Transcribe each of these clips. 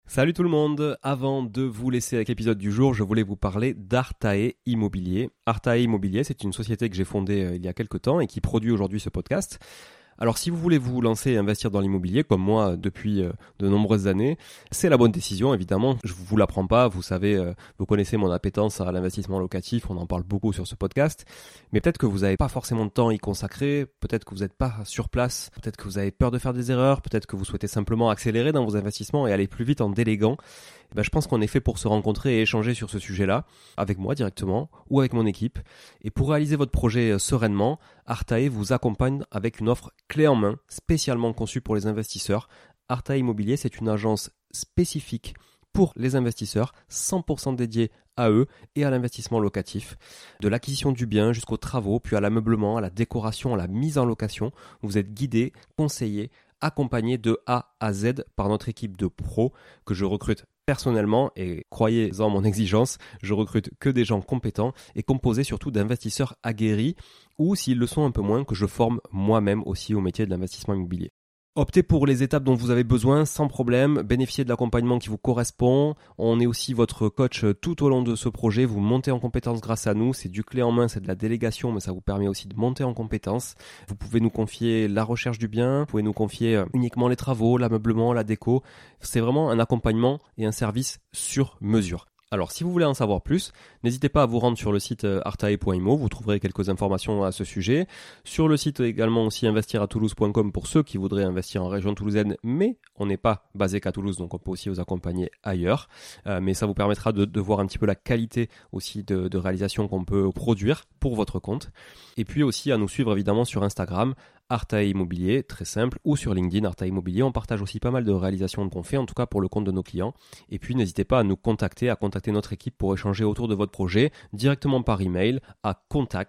Salut tout le monde, avant de vous laisser avec l'épisode du jour, je voulais vous parler d'Artae Immobilier. Artae Immobilier, c'est une société que j'ai fondée il y a quelques temps et qui produit aujourd'hui ce podcast. Alors si vous voulez vous lancer et investir dans l'immobilier, comme moi depuis de nombreuses années, c'est la bonne décision évidemment. Je vous l'apprends pas, vous savez, vous connaissez mon appétence à l'investissement locatif, on en parle beaucoup sur ce podcast. Mais peut-être que vous n'avez pas forcément de temps à y consacrer, peut-être que vous n'êtes pas sur place, peut-être que vous avez peur de faire des erreurs, peut-être que vous souhaitez simplement accélérer dans vos investissements et aller plus vite en déléguant. Je pense qu'on est fait pour se rencontrer et échanger sur ce sujet-là, avec moi directement ou avec mon équipe. Et pour réaliser votre projet sereinement, Artae vous accompagne avec une offre clé en main, spécialement conçue pour les investisseurs. Artae Immobilier, c'est une agence spécifique pour les investisseurs, 100% dédiée à eux et à l'investissement locatif. De l'acquisition du bien jusqu'aux travaux, puis à l'ameublement, à la décoration, à la mise en location. Vous êtes guidé, conseillé, accompagné de A à Z par notre équipe de pros que je recrute personnellement, et croyez-en mon exigence, je recrute que des gens compétents et composés surtout d'investisseurs aguerris ou, s'ils le sont un peu moins, que je forme moi-même aussi au métier de l'investissement immobilier. Optez pour les étapes dont vous avez besoin sans problème, bénéficiez de l'accompagnement qui vous correspond. On est aussi votre coach tout au long de ce projet, vous montez en compétences grâce à nous, c'est du clé en main, c'est de la délégation, mais ça vous permet aussi de monter en compétences. Vous pouvez nous confier la recherche du bien, vous pouvez nous confier uniquement les travaux, l'ameublement, la déco. C'est vraiment un accompagnement et un service sur mesure. Alors, si vous voulez en savoir plus, n'hésitez pas à vous rendre sur le site artae.imo, vous trouverez quelques informations à ce sujet. Sur le site également aussi investiratoulouse.com pour ceux qui voudraient investir en région toulousaine, mais on n'est pas basé qu'à Toulouse, donc on peut aussi vous accompagner ailleurs. Mais ça vous permettra de voir un petit peu la qualité aussi de réalisation qu'on peut produire pour votre compte. Et puis aussi à nous suivre évidemment sur Instagram, Artae Immobilier, très simple, ou sur LinkedIn, Artae Immobilier. On partage aussi pas mal de réalisations qu'on fait, en tout cas pour le compte de nos clients. Et puis n'hésitez pas à nous contacter, à contacter notre équipe pour échanger autour de votre projet directement par email à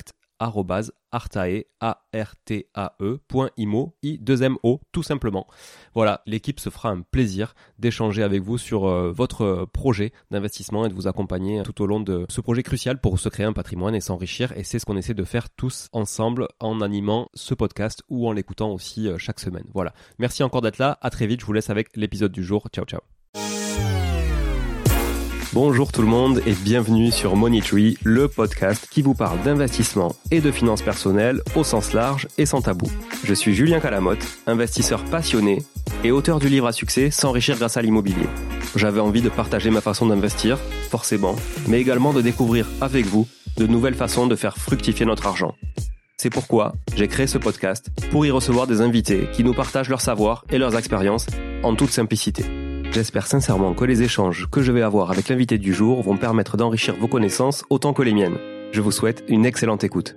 contact@artae.imo, tout simplement. Voilà, l'équipe se fera un plaisir d'échanger avec vous sur votre projet d'investissement et de vous accompagner tout au long de ce projet crucial pour se créer un patrimoine et s'enrichir. Et c'est ce qu'on essaie de faire tous ensemble en animant ce podcast ou en l'écoutant aussi chaque semaine. Voilà, merci encore d'être là, à très vite, je vous laisse avec l'épisode du jour. Ciao, ciao. Bonjour tout le monde et bienvenue sur Money Tree, le podcast qui vous parle d'investissement et de finances personnelles au sens large et sans tabou. Je suis Julien Calamotte, investisseur passionné et auteur du livre à succès S'enrichir grâce à l'immobilier. J'avais envie de partager ma façon d'investir, forcément, mais également de découvrir avec vous de nouvelles façons de faire fructifier notre argent. C'est pourquoi j'ai créé ce podcast pour y recevoir des invités qui nous partagent leur savoir et leurs expériences en toute simplicité. J'espère sincèrement que les échanges que je vais avoir avec l'invité du jour vont permettre d'enrichir vos connaissances autant que les miennes. Je vous souhaite une excellente écoute.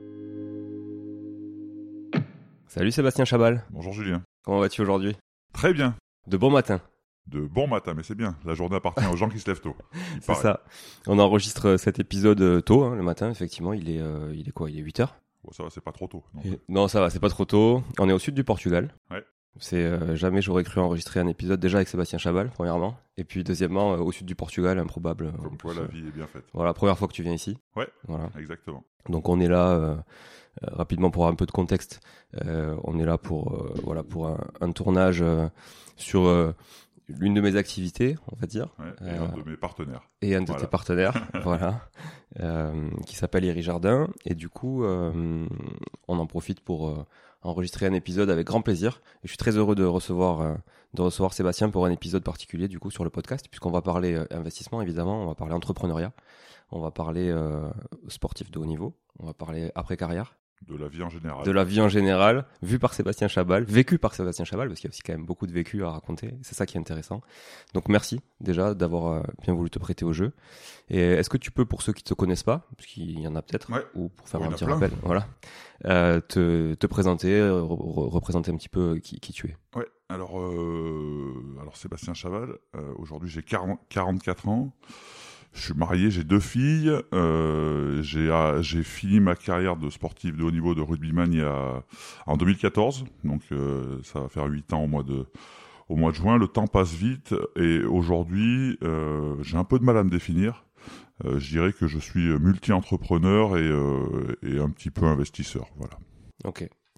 Salut Sébastien Chabal. Bonjour Julien. Comment vas-tu aujourd'hui ? Très bien. De bon matin. De bon matin, mais c'est bien. La journée appartient aux gens qui se lèvent tôt. C'est ça. On enregistre cet épisode tôt, le matin, effectivement. Il est quoi ? Il est 8h ? Bon, ça va, c'est pas trop tôt. Non, ça va, c'est pas trop tôt. On est au sud du Portugal. Ouais. Jamais j'aurais cru enregistrer un épisode déjà avec Sébastien Chabal, premièrement. Et puis deuxièmement, au sud du Portugal, improbable. Comme quoi, la vie est bien faite. Voilà, première fois que tu viens ici. Ouais, voilà. Exactement. Donc on est là, rapidement pour avoir un peu de contexte, on est là pour un tournage sur l'une de mes activités, on va dire. Ouais, et un de mes partenaires. Et un de tes partenaires, voilà, qui s'appelle Iri Jardin. Et du coup, on en profite pour enregistrer un épisode avec grand plaisir. Et je suis très heureux de recevoir Sébastien pour un épisode particulier du coup sur le podcast, puisqu'on va parler investissement évidemment, on va parler entrepreneuriat, on va parler sportif de haut niveau, on va parler après-carrière. De la vie en général. De la vie en général, vue par Sébastien Chabal, vécue par Sébastien Chabal, parce qu'il y a aussi quand même beaucoup de vécu à raconter. C'est ça qui est intéressant. Donc merci déjà d'avoir bien voulu te prêter au jeu. Et est-ce que tu peux, pour ceux qui ne te connaissent pas, parce qu'il y en a peut-être, ou pour faire un petit rappel, voilà, te présenter, représenter un petit peu qui tu es. Ouais. Alors Sébastien Chabal, aujourd'hui j'ai 44 ans. Je suis marié, j'ai 2 filles. J'ai fini ma carrière de sportif de haut niveau de rugbyman en 2014. Donc ça va faire 8 ans au mois de juin. Le temps passe vite et aujourd'hui j'ai un peu de mal à me définir. Je dirais que je suis multi-entrepreneur et un petit peu investisseur. Voilà. Ok.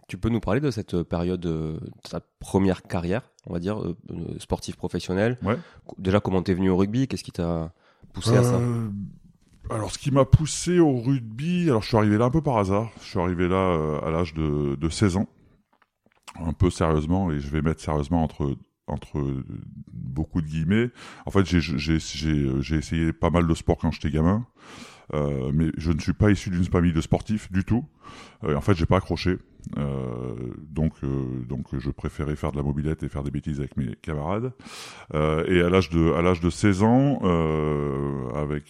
Tu peux nous parler de cette période, de ta première carrière, on va dire, sportif professionnel. Ouais. Déjà, comment t'es venu au rugby? Qu'est-ce qui t'a poussé à ça? Alors, ce qui m'a poussé au rugby, alors je suis arrivé là un peu par hasard. Je suis arrivé là à l'âge de 16 ans, un peu sérieusement, et je vais mettre sérieusement entre beaucoup de guillemets. En fait, j'ai essayé pas mal de sport quand j'étais gamin, mais je ne suis pas issu d'une famille de sportifs du tout. En fait, j'ai pas accroché. Donc, je préférais faire de la mobilette et faire des bêtises avec mes camarades. Et à l'âge de 16 ans, avec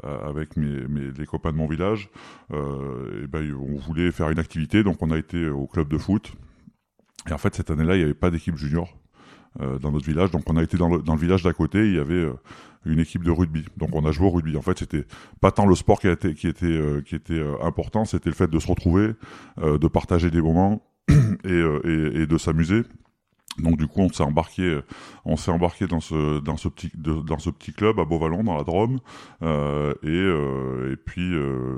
les copains de mon village, on voulait faire une activité, donc on a été au club de foot. Et en fait, cette année-là, il n'y avait pas d'équipe junior dans notre village, donc on a été dans le village d'à côté. Il y avait une équipe de rugby, donc on a joué au rugby. En fait, c'était pas tant le sport qui était important, c'était le fait de se retrouver, de partager des moments et de s'amuser. Donc du coup, on s'est embarqué dans ce petit club à Beauvallon, dans la Drôme, et puis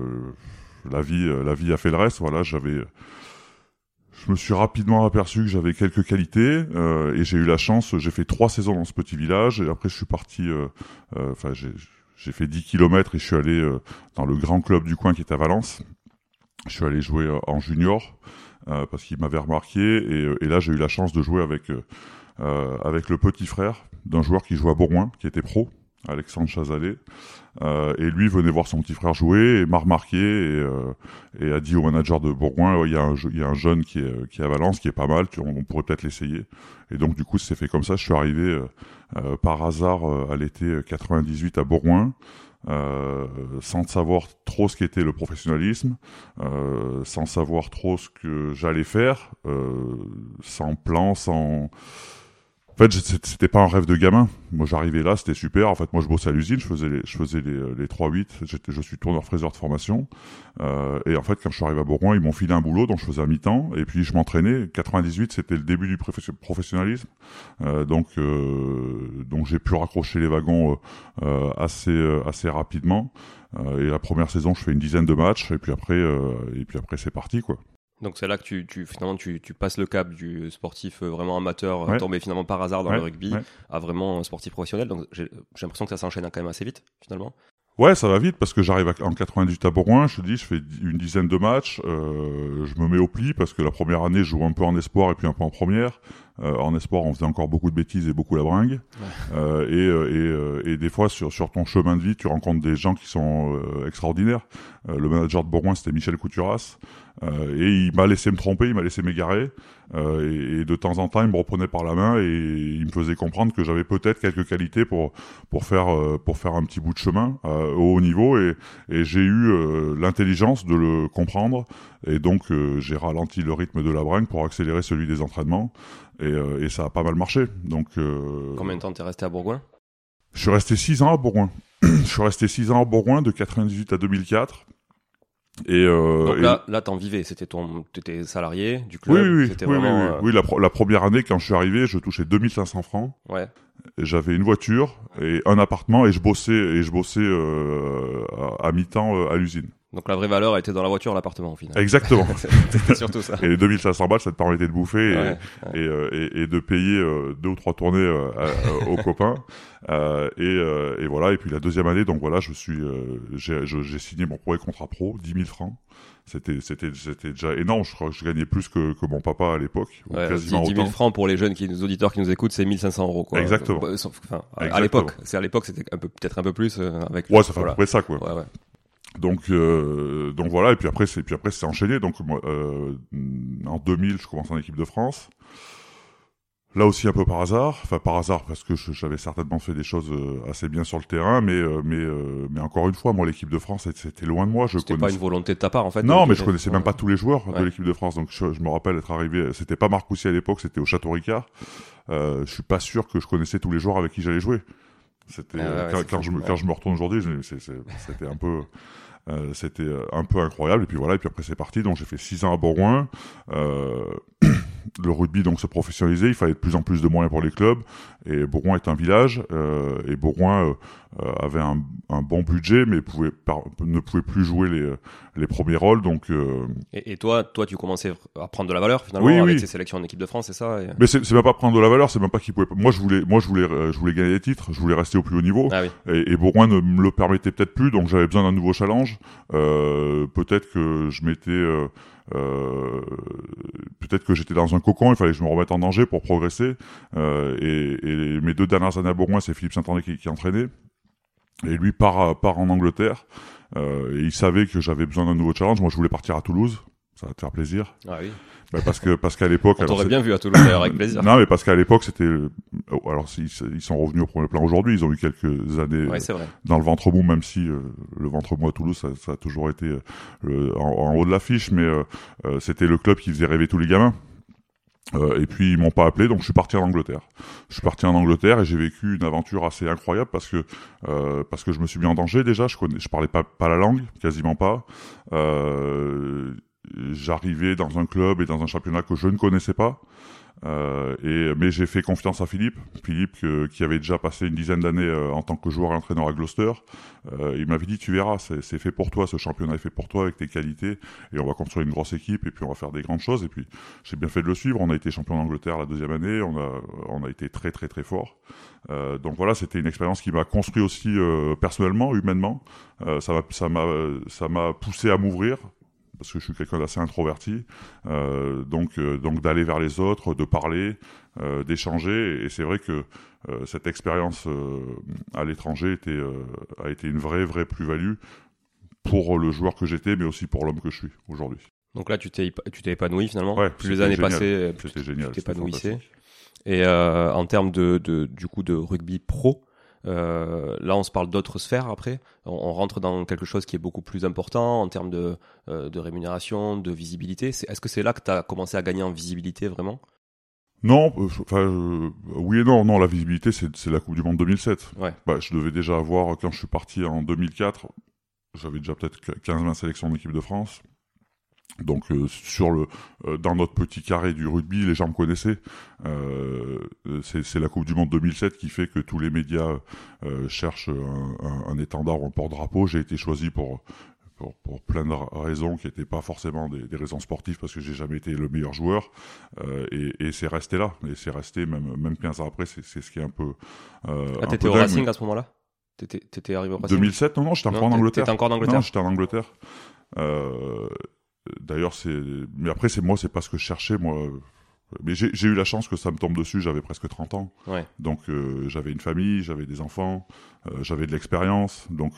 la vie a fait le reste. Voilà, je me suis rapidement aperçu que j'avais quelques qualités, et j'ai eu la chance. J'ai fait 3 saisons dans ce petit village, et après je suis parti. J'ai fait 10 kilomètres et je suis allé dans le grand club du coin qui est à Valence. Je suis allé jouer en junior parce qu'il m'avait remarqué, et là j'ai eu la chance de jouer avec le petit frère d'un joueur qui jouait à Bourgoin, qui était pro, Alexandre Chazalet, et lui venait voir son petit frère jouer et m'a remarqué et a dit au manager de Bourgoin, il y a un jeune qui est à Valence, qui est pas mal, on pourrait peut-être l'essayer. Et donc du coup c'est fait comme ça. Je suis arrivé par hasard à l'été 98 à Bourgoin, sans savoir trop ce qu'était le professionnalisme, sans savoir trop ce que j'allais faire, sans plan, sans... En fait, c'était pas un rêve de gamin. Moi, j'arrivais là, c'était super. En fait, moi, je bossais à l'usine, je faisais les 3-8. Je suis tourneur-fraiseur de formation. Et en fait, quand je suis arrivé à Bourgoin, ils m'ont filé un boulot, donc je faisais à mi-temps. Et puis, je m'entraînais. 98, c'était le début du professionnalisme. Donc, j'ai pu raccrocher les wagons assez rapidement. Et la première saison, je fais une dizaine de matchs. Et puis après, c'est parti, quoi. Donc c'est là que tu passes le cap du sportif vraiment amateur, Ouais. tombé finalement par hasard dans le rugby, Ouais. à vraiment un sportif professionnel. Donc j'ai l'impression que ça s'enchaîne quand même assez vite finalement. Ouais, ça va vite parce que j'arrive en 98 à Bourgoin, je te dis, je fais une dizaine de matchs, je me mets au pli parce que la première année, je joue un peu en espoir et puis un peu en première. En espoir, on faisait encore beaucoup de bêtises et beaucoup la bringue. Ouais. Et des fois, sur ton chemin de vie, tu rencontres des gens qui sont extraordinaires. Le manager de Bourgoin, c'était Michel Couturas. Et il m'a laissé me tromper, il m'a laissé m'égarer. Et de temps en temps, il me reprenait par la main et il me faisait comprendre que j'avais peut-être quelques qualités pour faire un petit bout de chemin au haut niveau. Et j'ai eu l'intelligence de le comprendre. Et donc, j'ai ralenti le rythme de la bringue pour accélérer celui des entraînements. Et ça a pas mal marché. Donc, combien de temps t'es resté à Bourgoin? Je suis resté 6 ans à Bourgoin. Je suis resté 6 ans à Bourgoin, de 98 à 2004. Donc là, t'en vivais. T'étais salarié du club. Oui. C'était Oui, vraiment. Oui, la première année, quand je suis arrivé, je touchais 2500 francs. Ouais. J'avais une voiture et un appartement et je bossais à mi-temps à l'usine. Donc la vraie valeur était dans la voiture, l'appartement au final. Exactement. C'était surtout ça. Et les 2500 balles, ça te permettait de bouffer et de payer 2 ou 3 tournées aux copains. Et voilà. Et puis la deuxième année, donc voilà, j'ai signé mon premier contrat pro, 10 000 francs. C'était déjà énorme. Je crois que je gagnais plus que mon papa à l'époque. Ouais, quasiment 10 000 autant. francs pour les jeunes auditeurs qui nous écoute, c'est 1500 €, quoi. Exactement. À l'époque, c'était peut-être un peu plus avec. Ouais, ça fait à peu près ça, quoi. Ouais. Donc voilà, et puis après c'est enchaîné. Donc moi, en 2000, je commence en équipe de France. Là aussi un peu par hasard, parce que j'avais certainement fait des choses assez bien sur le terrain, mais encore une fois, moi l'équipe de France, c'était loin de moi. C'était pas une volonté de ta part en fait. Non, mais je connaissais même pas tous les joueurs Ouais. de l'équipe de France. Donc je me rappelle être arrivé, c'était pas Marcoussis à l'époque, c'était au Château Ricard. Je suis pas sûr que je connaissais tous les joueurs avec qui j'allais jouer. C'était quand je me retourne aujourd'hui, c'était un peu incroyable. Et puis voilà, et puis après c'est parti. Donc j'ai fait 6 ans à Bourgoin. le rugby donc se professionnalisait, il fallait de plus en plus de moyens pour les clubs. Et Bourgoin est un village, et Bourgoin avait un bon budget, mais ne pouvait plus jouer les premiers rôles. Donc, Et toi, tu commençais à prendre de la valeur finalement oui, avec oui. ces sélections en équipe de France, c'est ça Mais c'est même pas prendre de la valeur, c'est même pas qu'il pouvait. Moi, je voulais gagner des titres, je voulais rester au plus haut niveau. Ah oui. Et Bourgoin ne me le permettait peut-être plus, donc j'avais besoin d'un nouveau challenge. Peut-être que je m'étais peut-être que j'étais dans un cocon, il fallait que je me remette en danger pour progresser. Et mes 2 dernières années à Bourgoin, c'est Philippe Saint-André qui entraînait. Et lui part en Angleterre. Et il savait que j'avais besoin d'un nouveau challenge. Moi, je voulais partir à Toulouse. Ça va te faire plaisir. Ah oui. Parce qu'à l'époque... On t'aurait bien vu à Toulouse d'ailleurs, avec plaisir. Non, mais parce qu'à l'époque, c'était... Alors, ils sont revenus au premier plan aujourd'hui. Ils ont eu quelques années C'est vrai. dans le ventre mou, même si le ventre mou à Toulouse, ça a toujours été en haut de l'affiche. Mais c'était le club qui faisait rêver tous les gamins. Et puis ils m'ont pas appelé, donc je suis parti en Angleterre. Je suis parti en Angleterre et j'ai vécu une aventure assez incroyable parce que je me suis mis en danger déjà. Je parlais pas la langue, quasiment pas. J'arrivais dans un club et dans un championnat que je ne connaissais pas. Mais j'ai fait confiance à Philippe, qui avait déjà passé une dizaine d'années en tant que joueur et entraîneur à Gloucester. Il m'avait dit, tu verras, c'est fait pour toi, ce championnat est fait pour toi avec tes qualités, et on va construire une grosse équipe et puis on va faire des grandes choses. Et puis j'ai bien fait de le suivre. On a été champion d'Angleterre la 2e année, on a été très très très fort. Donc voilà, c'était une expérience qui m'a construit aussi personnellement, humainement. Ça m'a poussé à m'ouvrir, parce que je suis quelqu'un d'assez introverti, donc d'aller vers les autres, de parler, d'échanger, et c'est vrai que cette expérience à l'étranger a été une vraie plus-value pour le joueur que j'étais, mais aussi pour l'homme que je suis aujourd'hui. Donc là, tu t'es épanoui finalement. Ouais, plus les années génial. passées, C'était génial, tu t'épanouissais. fantastique. Et en termes du coup de rugby pro, là on se parle d'autres sphères après, on rentre dans quelque chose qui est beaucoup plus important en termes de rémunération, de visibilité. Est-ce que c'est là que tu as commencé à gagner en visibilité vraiment? Non, oui et non. Non, la visibilité, c'est la Coupe du Monde 2007. Ouais. Je devais déjà avoir, quand je suis parti en 2004, j'avais déjà peut-être 15-20 sélections en équipe de France. Donc dans notre petit carré du rugby, les gens me connaissaient. C'est la Coupe du Monde 2007 qui fait que tous les médias cherchent un étendard ou un porte-drapeau. J'ai été choisi pour plein de raisons qui n'étaient pas forcément des raisons sportives, parce que j'ai jamais été le meilleur joueur, et c'est resté là, et c'est resté même 15 ans après. C'est ce qui est un peu t'étais au Racing à ce moment-là? T'étais arrivé au Racing 2007? Non, j'étais encore en Angleterre. T'étais encore en Angleterre? Non, j'étais en Angleterre. D'ailleurs, mais après, c'est pas ce que je cherchais, moi. Mais j'ai eu la chance que ça me tombe dessus, j'avais presque 30 ans. Ouais. Donc j'avais une famille, j'avais des enfants, j'avais de l'expérience. Donc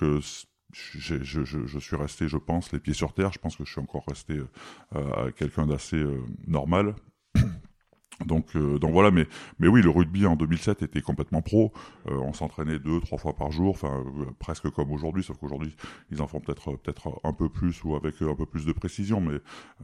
je suis resté, je pense, les pieds sur terre. Je pense que je suis encore resté quelqu'un d'assez normal. Donc voilà, mais oui, le rugby en 2007 était complètement pro. On s'entraînait 2-3 fois par jour, presque comme aujourd'hui, sauf qu'aujourd'hui ils en font peut-être un peu plus, ou avec un peu plus de précision, mais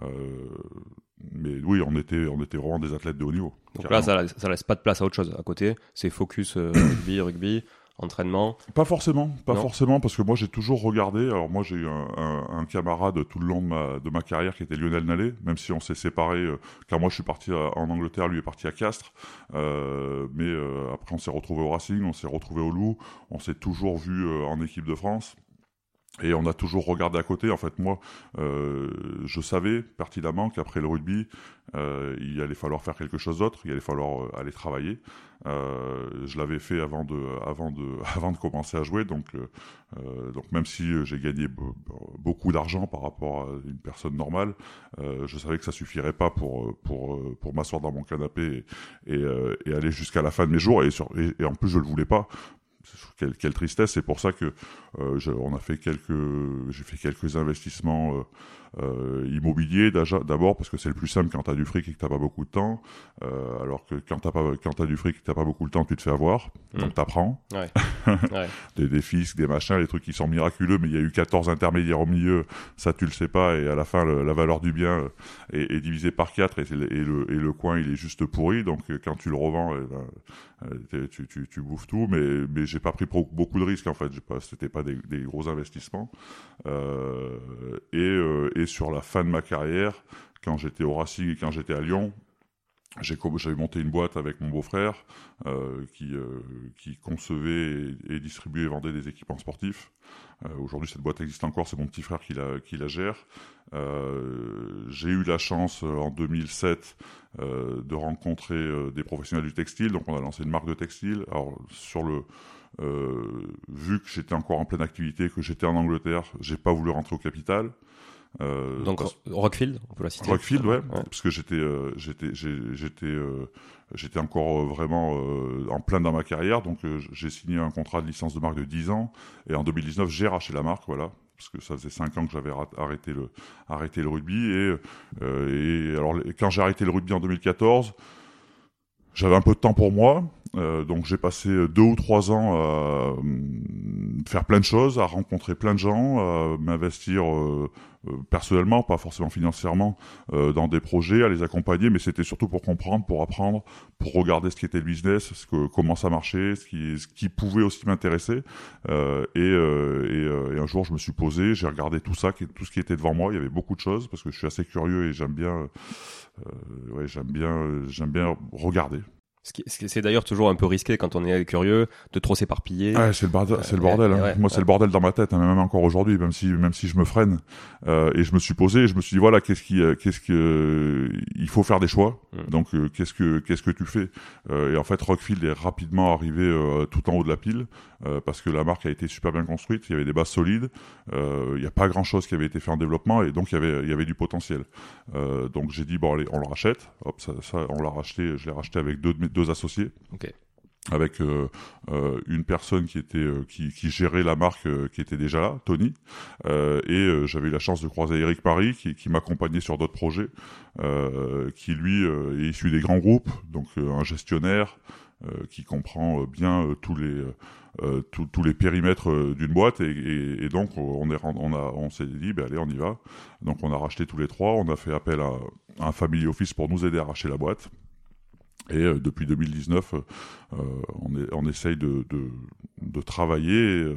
oui, on était vraiment des athlètes de haut niveau. Donc là, ça laisse pas de place à autre chose à côté. C'est focus rugby, entraînement. Pas forcément, parce que moi j'ai toujours regardé. Alors moi j'ai eu un camarade tout le long de ma carrière qui était Lionel Nallet, même si on s'est séparés, car moi je suis parti en Angleterre, lui est parti à Castres, mais après on s'est retrouvé au Racing, on s'est retrouvé au Loup, on s'est toujours vu en équipe de France. Et on a toujours regardé à côté. En fait, moi, je savais pertinemment qu'après le rugby, il allait falloir faire quelque chose d'autre. Il allait falloir aller travailler. Je l'avais fait avant de commencer à jouer. Donc même si j'ai gagné beaucoup d'argent par rapport à une personne normale, je savais que ça suffirait pas pour m'asseoir dans mon canapé et aller jusqu'à la fin de mes jours. Et en plus, je le voulais pas. Quelle tristesse. C'est pour ça que j'ai fait quelques investissements immobiliers d'abord, parce que c'est le plus simple quand t'as du fric et que t'as pas beaucoup de temps, alors que quand t'as du fric et que t'as pas beaucoup de temps, tu te fais avoir, donc t'apprends. Ouais. des fiscs, des machins, des trucs qui sont miraculeux, mais il y a eu 14 intermédiaires au milieu, ça tu le sais pas, et à la fin la valeur du bien est divisée par 4, et le coin il est juste pourri, donc quand tu le revends, tu bouffes tout. Mais j'ai pas pris beaucoup de risques, en fait. C'était pas des gros investissements. Et sur la fin de ma carrière, quand j'étais au Racing et quand j'étais à Lyon, j'avais monté une boîte avec mon beau-frère qui concevait et distribuait et vendait des équipements sportifs. Aujourd'hui, cette boîte existe encore, c'est mon petit frère qui la gère. J'ai eu la chance en 2007 de rencontrer des professionnels du textile, donc on a lancé une marque de textile. Alors vu que j'étais encore en pleine activité, que j'étais en Angleterre, j'ai pas voulu rentrer au capital. Donc Rockfield, on peut la citer. Rockfield, ouais, parce que j'étais encore vraiment en plein dans ma carrière, donc j'ai signé un contrat de licence de marque de 10 ans, et en 2019 j'ai racheté la marque, voilà, parce que ça faisait 5 ans que j'avais arrêté le rugby, et alors quand j'ai arrêté le rugby en 2014, j'avais un peu de temps pour moi, donc j'ai passé 2 ou 3 ans à faire plein de choses, à rencontrer plein de gens, à m'investir personnellement, pas forcément financièrement, dans des projets, à les accompagner, mais c'était surtout pour comprendre, pour apprendre, pour regarder ce qui était le business, comment ça marchait, ce qui pouvait aussi m'intéresser. Et un jour, je me suis posé, j'ai regardé tout ça, tout ce qui était devant moi. Il y avait beaucoup de choses parce que je suis assez curieux et j'aime bien regarder. C'est d'ailleurs toujours un peu risqué quand on est curieux de trop s'éparpiller. Ouais, c'est le bordel. Hein. Moi, c'est le bordel dans ma tête, hein, même encore aujourd'hui, même si je me freine. Et je me suis posé, et je me suis dit voilà, il faut faire des choix. Donc qu'est-ce que tu fais Et en fait, Rockfield est rapidement arrivé tout en haut de la pile parce que la marque a été super bien construite. Il y avait des bases solides. Il y a pas grand-chose qui avait été fait en développement, et donc il y avait du potentiel. Donc j'ai dit bon allez, on le rachète. Hop, ça on l'a racheté. Je l'ai racheté avec deux associés. Okay. Avec une personne qui gérait la marque, qui était déjà là, Tony, et j'avais eu la chance de croiser Eric Paris qui m'accompagnait sur d'autres projets, qui lui est issu des grands groupes, donc un gestionnaire qui comprend bien tous les périmètres d'une boîte, et donc on s'est dit ben allez, on y va. Donc on a racheté tous les trois, on a fait appel à un family office pour nous aider à racheter la boîte. Et depuis 2019, on essaye de travailler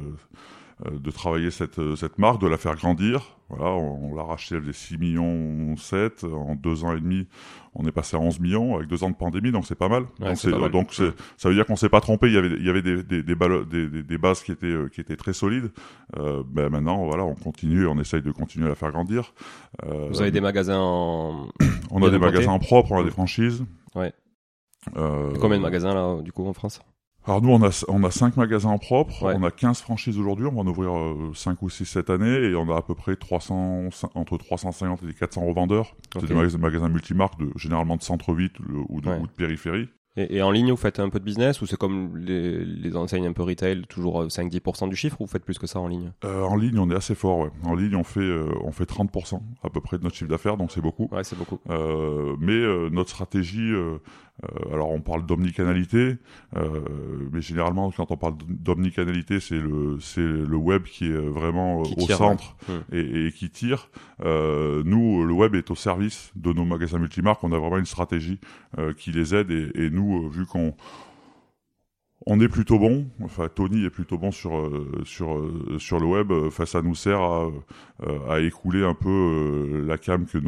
cette marque, de la faire grandir. Voilà, on l'a racheté, elle faisait 6 millions 7. En 2 ans et demi, on est passé à 11 millions avec 2 ans de pandémie, donc c'est pas mal. Ouais, ça veut dire qu'on s'est pas trompé. Il y avait des bases qui étaient très solides. Ben maintenant, voilà, on continue, on essaye de continuer à la faire grandir. Vous avez des magasins on a des magasins en propre, on a des franchises. Ouais. Combien de magasins là du coup en France? Alors nous on a 5 magasins en propre, ouais. On a 15 franchises aujourd'hui, on va en ouvrir 5 ou 6 cette année, et on a à peu près entre 350 et 400 revendeurs. Okay. C'est des magasins multimarques généralement de centre-ville ou de périphérie. Et en ligne, vous faites un peu de business, ou c'est comme les enseignes un peu retail, toujours 5-10% du chiffre, ou vous faites plus que ça en ligne? En ligne, on est assez fort, ouais. En ligne, on fait 30% à peu près de notre chiffre d'affaires, donc c'est beaucoup. Ouais, c'est beaucoup. Mais notre stratégie, alors on parle d'omnicanalité, mais généralement quand on parle d'omnicanalité, c'est le web qui est vraiment au centre, et qui tire. Nous, le web est au service de nos magasins multimarques. On a vraiment une stratégie qui les aide, et nous, vu on est plutôt bon, enfin Tony est plutôt bon sur le web, ça nous sert à écouler un peu la cam que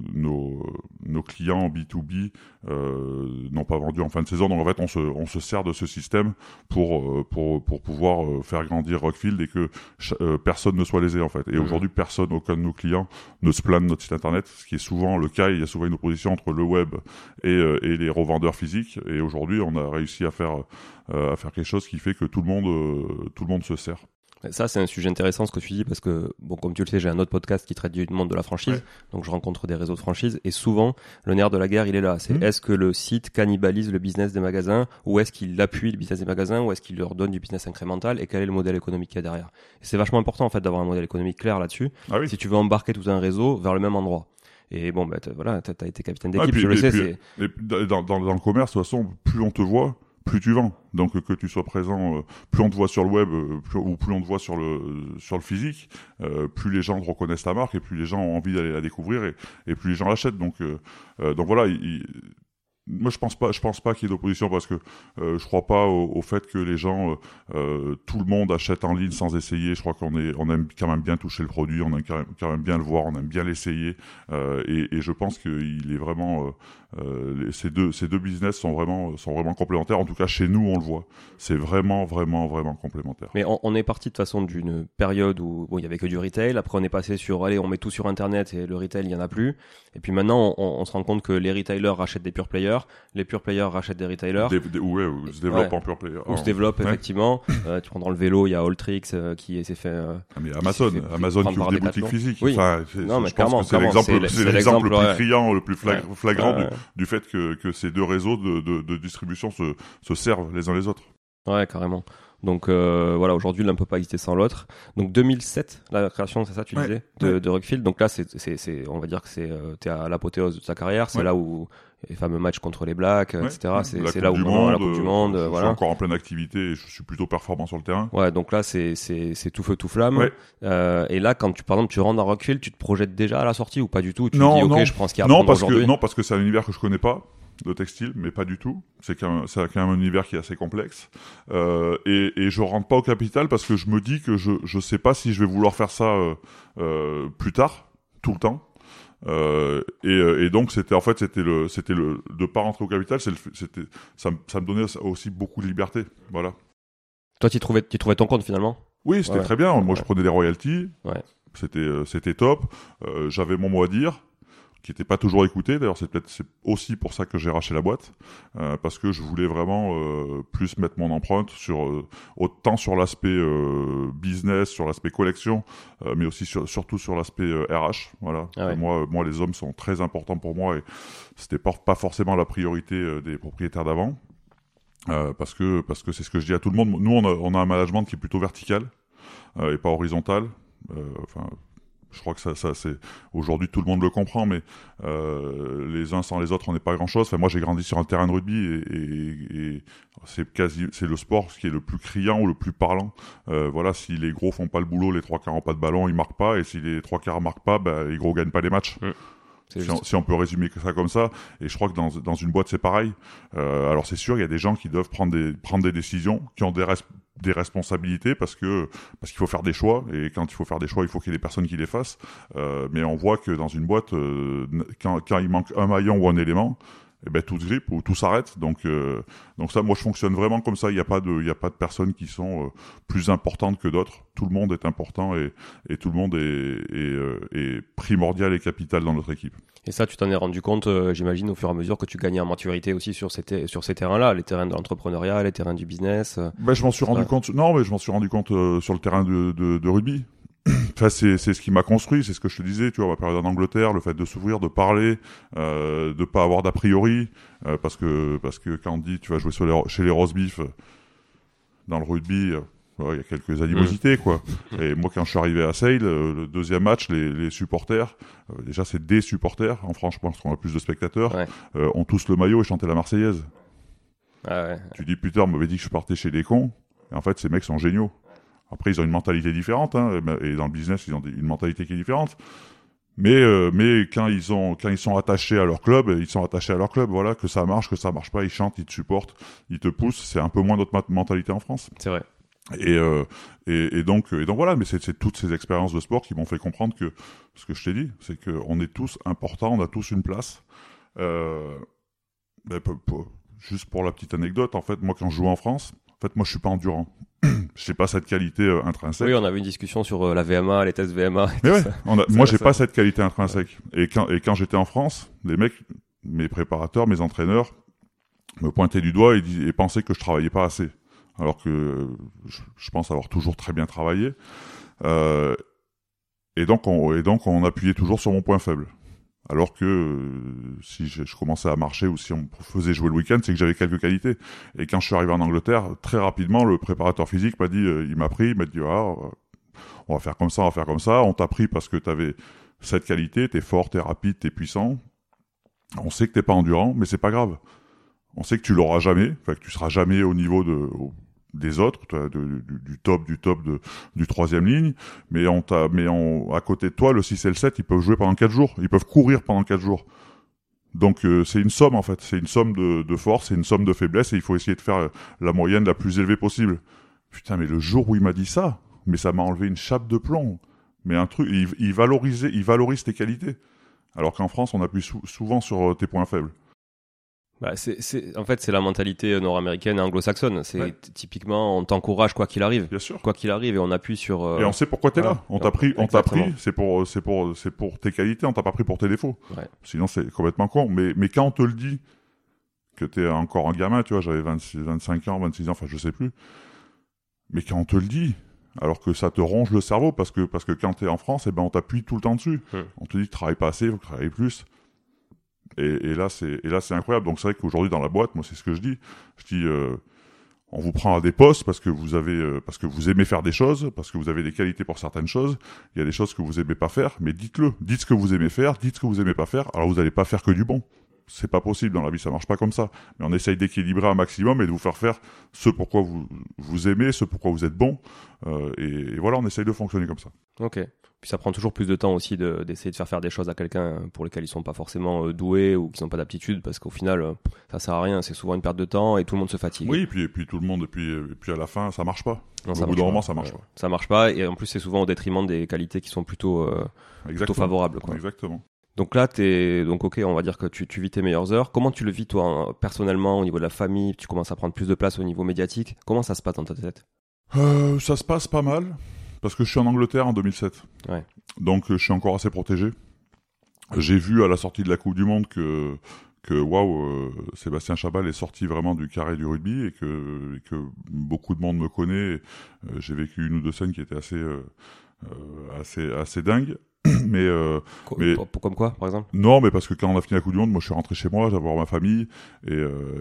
nos clients en B2B n'ont pas vendu en fin de saison. Donc en fait on se sert de ce système pour pouvoir faire grandir Rockfield, et que personne ne soit lésé en fait. Et aujourd'hui aucun de nos clients ne se plaint de notre site internet, ce qui est souvent le cas. Il y a souvent une opposition entre le web et les revendeurs physiques, et aujourd'hui on a réussi à faire quelque chose qui fait que tout le monde se sert. Ça, c'est un sujet intéressant ce que tu dis, parce que, bon, comme tu le sais, j'ai un autre podcast qui traite du monde de la franchise, ouais. Donc je rencontre des réseaux de franchise, et souvent, le nerf de la guerre, il est là. C'est est-ce que le site cannibalise le business des magasins, ou est-ce qu'il appuie le business des magasins, ou est-ce qu'il leur donne du business incrémental, et quel est le modèle économique qu'il y a derrière. Et c'est vachement important, en fait, d'avoir un modèle économique clair là-dessus, si tu veux embarquer tout un réseau vers le même endroit. Et bon, bah, t'as été capitaine d'équipe, je le sais. Dans le commerce, de toute façon, plus on te voit, plus tu vends. Donc que tu sois présent, plus on te voit sur le web, plus on te voit sur le physique, plus les gens te reconnaissent ta marque, et plus les gens ont envie d'aller la découvrir, et plus les gens l'achètent. Donc voilà, moi je pense pas qu'il y ait d'opposition parce que je crois pas au fait que les gens tout le monde achète en ligne sans essayer. Je crois on aime quand même bien toucher le produit, on aime quand même bien le voir, on aime bien l'essayer et je pense qu'il est vraiment ces deux business sont vraiment complémentaires. En tout cas chez nous on le voit, c'est vraiment complémentaire. Mais on est parti de toute façon d'une période où il y avait que du retail, après on est passé sur allez on met tout sur internet et le retail il y en a plus, et puis maintenant on se rend compte que les retailers rachètent des pure players, les pure players rachètent des retailers. Ou se développent en pure player. Ou se développent, effectivement. Tu prends dans le vélo, il y a Alltrix qui s'est fait... mais Amazon qui ouvre des boutiques physiques. Oui. Enfin, non, mais je pense que c'est l'exemple le plus criant, le plus flagrant du fait que ces deux réseaux de distribution se servent les uns les autres. Ouais, carrément. Donc voilà, aujourd'hui l'un ne peut pas exister sans l'autre. Donc 2007, la création, c'est ça tu disais, de Rockfield. Donc là, on va dire que t'es à l'apothéose de sa carrière. C'est là où les fameux matchs contre les Blacks, etc. C'est là où vraiment la Coupe du Monde. Je voilà. suis encore en pleine activité et je suis plutôt performant sur le terrain. Ouais, donc là c'est tout feu tout flamme. Ouais. Et là, quand par exemple tu rentres dans Rockfield, tu te projettes déjà à la sortie ou pas du tout? Tu te dis ok, je prends ce qu'il y a à prendre aujourd'hui. Non, parce que c'est un univers que je connais pas. De textile, mais pas du tout. C'est quand même un univers qui est assez complexe. Et je rentre pas au capital parce que je me dis que je sais pas si je vais vouloir faire ça plus tard, tout le temps. Et donc c'était le de pas rentrer au capital, ça me donnait aussi beaucoup de liberté. Voilà. Toi, tu trouvais ton compte finalement? Oui, c'était très bien. Moi, je prenais des royalties. Ouais. C'était top. J'avais mon mot à dire, qui n'était pas toujours écouté. D'ailleurs, c'est aussi pour ça que j'ai racheté la boîte, parce que je voulais vraiment plus mettre mon empreinte autant sur l'aspect business, sur l'aspect collection, mais aussi surtout sur l'aspect RH. Voilà. Ah ouais. Moi, les hommes sont très importants pour moi et c'était pas forcément la priorité des propriétaires d'avant, parce que c'est ce que je dis à tout le monde. Nous, on a un management qui est plutôt vertical et pas horizontal. Je crois que ça c'est aujourd'hui tout le monde le comprend, mais les uns sans les autres on n'est pas grand chose. Enfin, moi j'ai grandi sur un terrain de rugby et c'est le sport qui est le plus criant ou le plus parlant. Voilà, si les gros font pas le boulot, les trois quarts ont pas de ballon, ils marquent pas, et si les trois quarts marquent pas, les gros gagnent pas les matchs. Si on peut résumer ça comme ça, et je crois que dans une boîte c'est pareil. Alors c'est sûr, il y a des gens qui doivent prendre des décisions, qui ont des responsabilités parce qu'il faut faire des choix, et quand il faut faire des choix, il faut qu'il y ait des personnes qui les fassent. Mais on voit que dans une boîte, quand il manque un maillon ou un élément, tout se grippe ou tout s'arrête. Donc ça, moi je fonctionne vraiment comme ça. Il y a pas de personnes qui sont plus importantes que d'autres. Tout le monde est important et tout le monde est primordial et capital dans notre équipe. Et ça, tu t'en es rendu compte, j'imagine, au fur et à mesure que tu gagnais en maturité aussi sur ces terrains-là, les terrains de l'entrepreneuriat, les terrains du business. Je m'en suis rendu compte. Non, mais je m'en suis rendu compte sur le terrain de rugby. Enfin, c'est ce qui m'a construit, c'est ce que je te disais, tu vois, ma période en Angleterre, le fait de s'ouvrir, de parler, de pas avoir d'a priori, parce que quand on dit tu vas jouer chez les Rosebifs, dans le rugby, il y a quelques animosités, quoi. Et moi, quand je suis arrivé à Sale, le deuxième match, les supporters, déjà c'est des supporters, en France je pense qu'on a plus de spectateurs, ont tous le maillot et chantaient la Marseillaise. Ah ouais. Tu dis putain, on m'avait dit que je partais chez les cons, et en fait ces mecs sont géniaux. Après, ils ont une mentalité différente, hein, et dans le business, ils ont une mentalité qui est différente. Mais quand ils sont attachés à leur club, ils sont attachés à leur club. Voilà, que ça marche pas, ils chantent, ils te supportent, ils te poussent. C'est un peu moins notre mentalité en France. C'est vrai. Et donc voilà. Mais c'est toutes ces expériences de sport qui m'ont fait comprendre que ce que je t'ai dit, c'est que on est tous importants, on a tous une place. Juste pour la petite anecdote, en fait, moi quand je jouais en France, moi je suis pas endurant. J'ai pas cette qualité intrinsèque. Oui, on avait une discussion sur la VMA, les tests VMA. Mais ouais, moi j'ai pas cette qualité intrinsèque. Et quand j'étais en France, les mecs, mes préparateurs, mes entraîneurs, me pointaient du doigt et pensaient que je travaillais pas assez. Alors que je pense avoir toujours très bien travaillé. Et donc on appuyait toujours sur mon point faible. Alors que si je commençais à marcher ou si on faisait jouer le week-end, c'est que j'avais quelques qualités. Et quand je suis arrivé en Angleterre, très rapidement, le préparateur physique m'a dit, il m'a dit, on va faire comme ça, on t'a pris parce que t'avais cette qualité, t'es fort, t'es rapide, t'es puissant. On sait que t'es pas endurant, mais c'est pas grave. On sait que tu l'auras jamais, que tu seras jamais au niveau des autres, du top du troisième ligne, mais à côté de toi, le 6 et le 7, ils peuvent jouer pendant 4 jours, ils peuvent courir pendant 4 jours. Donc c'est une somme en fait, c'est une somme de force, c'est une somme de faiblesse et il faut essayer de faire la moyenne la plus élevée possible. Putain, mais le jour où il m'a dit ça, mais ça m'a enlevé une chape de plomb. Mais un truc, il valorise tes qualités. Alors qu'en France, on appuie souvent sur tes points faibles. Bah, en fait, c'est la mentalité nord-américaine et anglo-saxonne. Typiquement, on t'encourage quoi qu'il arrive. Bien sûr. Quoi qu'il arrive, et on appuie sur. Et on sait pourquoi t'es là. On t'a pris, c'est pour tes qualités, on t'a pas pris pour tes défauts. Ouais. Sinon, c'est complètement con. Mais quand on te le dit, que t'es encore un gamin, tu vois, j'avais 25 ans, 26 ans, enfin, je sais plus. Mais quand on te le dit, alors que ça te ronge le cerveau, parce que quand t'es en France, on t'appuie tout le temps dessus. On te dit, travaille pas assez, faut travailler plus. Et là, c'est incroyable. Donc, c'est vrai qu'aujourd'hui, dans la boîte, moi, c'est ce que je dis. Je dis, on vous prend à des postes parce que parce que vous aimez faire des choses, parce que vous avez des qualités pour certaines choses. Il y a des choses que vous aimez pas faire, mais dites-le. Dites ce que vous aimez faire, dites ce que vous aimez pas faire. Alors, vous n'allez pas faire que du bon. C'est pas possible dans la vie, ça marche pas comme ça. Mais on essaye d'équilibrer un maximum et de vous faire ce pourquoi vous aimez, ce pourquoi vous êtes bon. Et voilà, on essaye de fonctionner comme ça. Ok. Puis ça prend toujours plus de temps aussi d'essayer de faire des choses à quelqu'un pour lesquels ils sont pas forcément doués ou qui n'ont pas d'aptitude, parce qu'au final, ça sert à rien. C'est souvent une perte de temps et tout le monde se fatigue. Oui, et puis tout le monde, et puis à la fin, ça marche pas. Non, au bout d'un moment, ça marche pas. Ça marche pas, et en plus, c'est souvent au détriment des qualités qui sont plutôt favorables, quoi. Exactement. Donc là, ok, on va dire que tu vis tes meilleures heures. Comment tu le vis, toi, personnellement, au niveau de la famille? Tu commences à prendre plus de place au niveau médiatique. Comment ça se passe dans ta tête? Ça se passe pas mal, parce que je suis en Angleterre en 2007. Ouais. Donc, je suis encore assez protégé. J'ai vu à la sortie de la Coupe du Monde que Sébastien Chabal est sorti vraiment du carré du rugby et que beaucoup de monde me connaît. J'ai vécu une ou deux scènes qui étaient assez dingues. Mais Comme quoi, par exemple? Non, mais parce que quand on a fini la Coupe du Monde, moi je suis rentré chez moi, j'avais ma famille et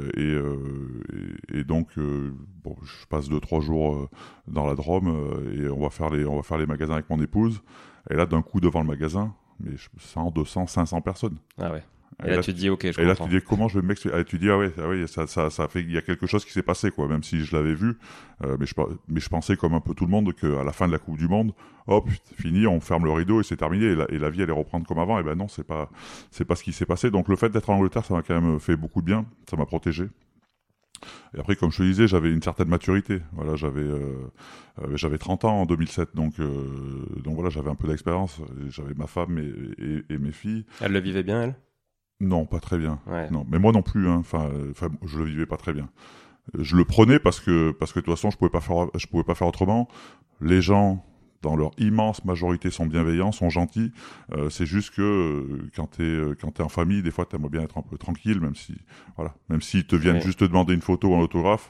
donc je passe 2-3 jours dans la Drôme et on va faire les magasins avec mon épouse. Et là d'un coup devant le magasin, mais 100, 200, 500 personnes. Ah ouais. Et là, tu te dis, ok, je comprends. Et là, tu dis, comment je vais m'expliquer? Tu dis, ah ouais, ça fait, il y a quelque chose qui s'est passé, quoi, même si je l'avais vu. Mais je pensais, comme un peu tout le monde, qu'à la fin de la Coupe du Monde, hop, fini, on ferme le rideau et c'est terminé. Et la vie allait reprendre comme avant. Et ben non, c'est pas ce qui s'est passé. Donc, le fait d'être en Angleterre, ça m'a quand même fait beaucoup de bien. Ça m'a protégé. Et après, comme je te disais, j'avais une certaine maturité. Voilà, j'avais 30 ans en 2007. Donc voilà, j'avais un peu d'expérience. J'avais ma femme et mes filles. Elle le vivait bien, elle? Non, pas très bien. Ouais. Non, mais moi non plus. Enfin, je le vivais pas très bien. Je le prenais parce que de toute façon, je pouvais pas faire autrement. Les gens, dans leur immense majorité, sont bienveillants, sont gentils. C'est juste que quand t'es en famille, des fois, t'aimerais bien être un peu tranquille, même s'ils te viennent juste te demander une photo ou un autographe.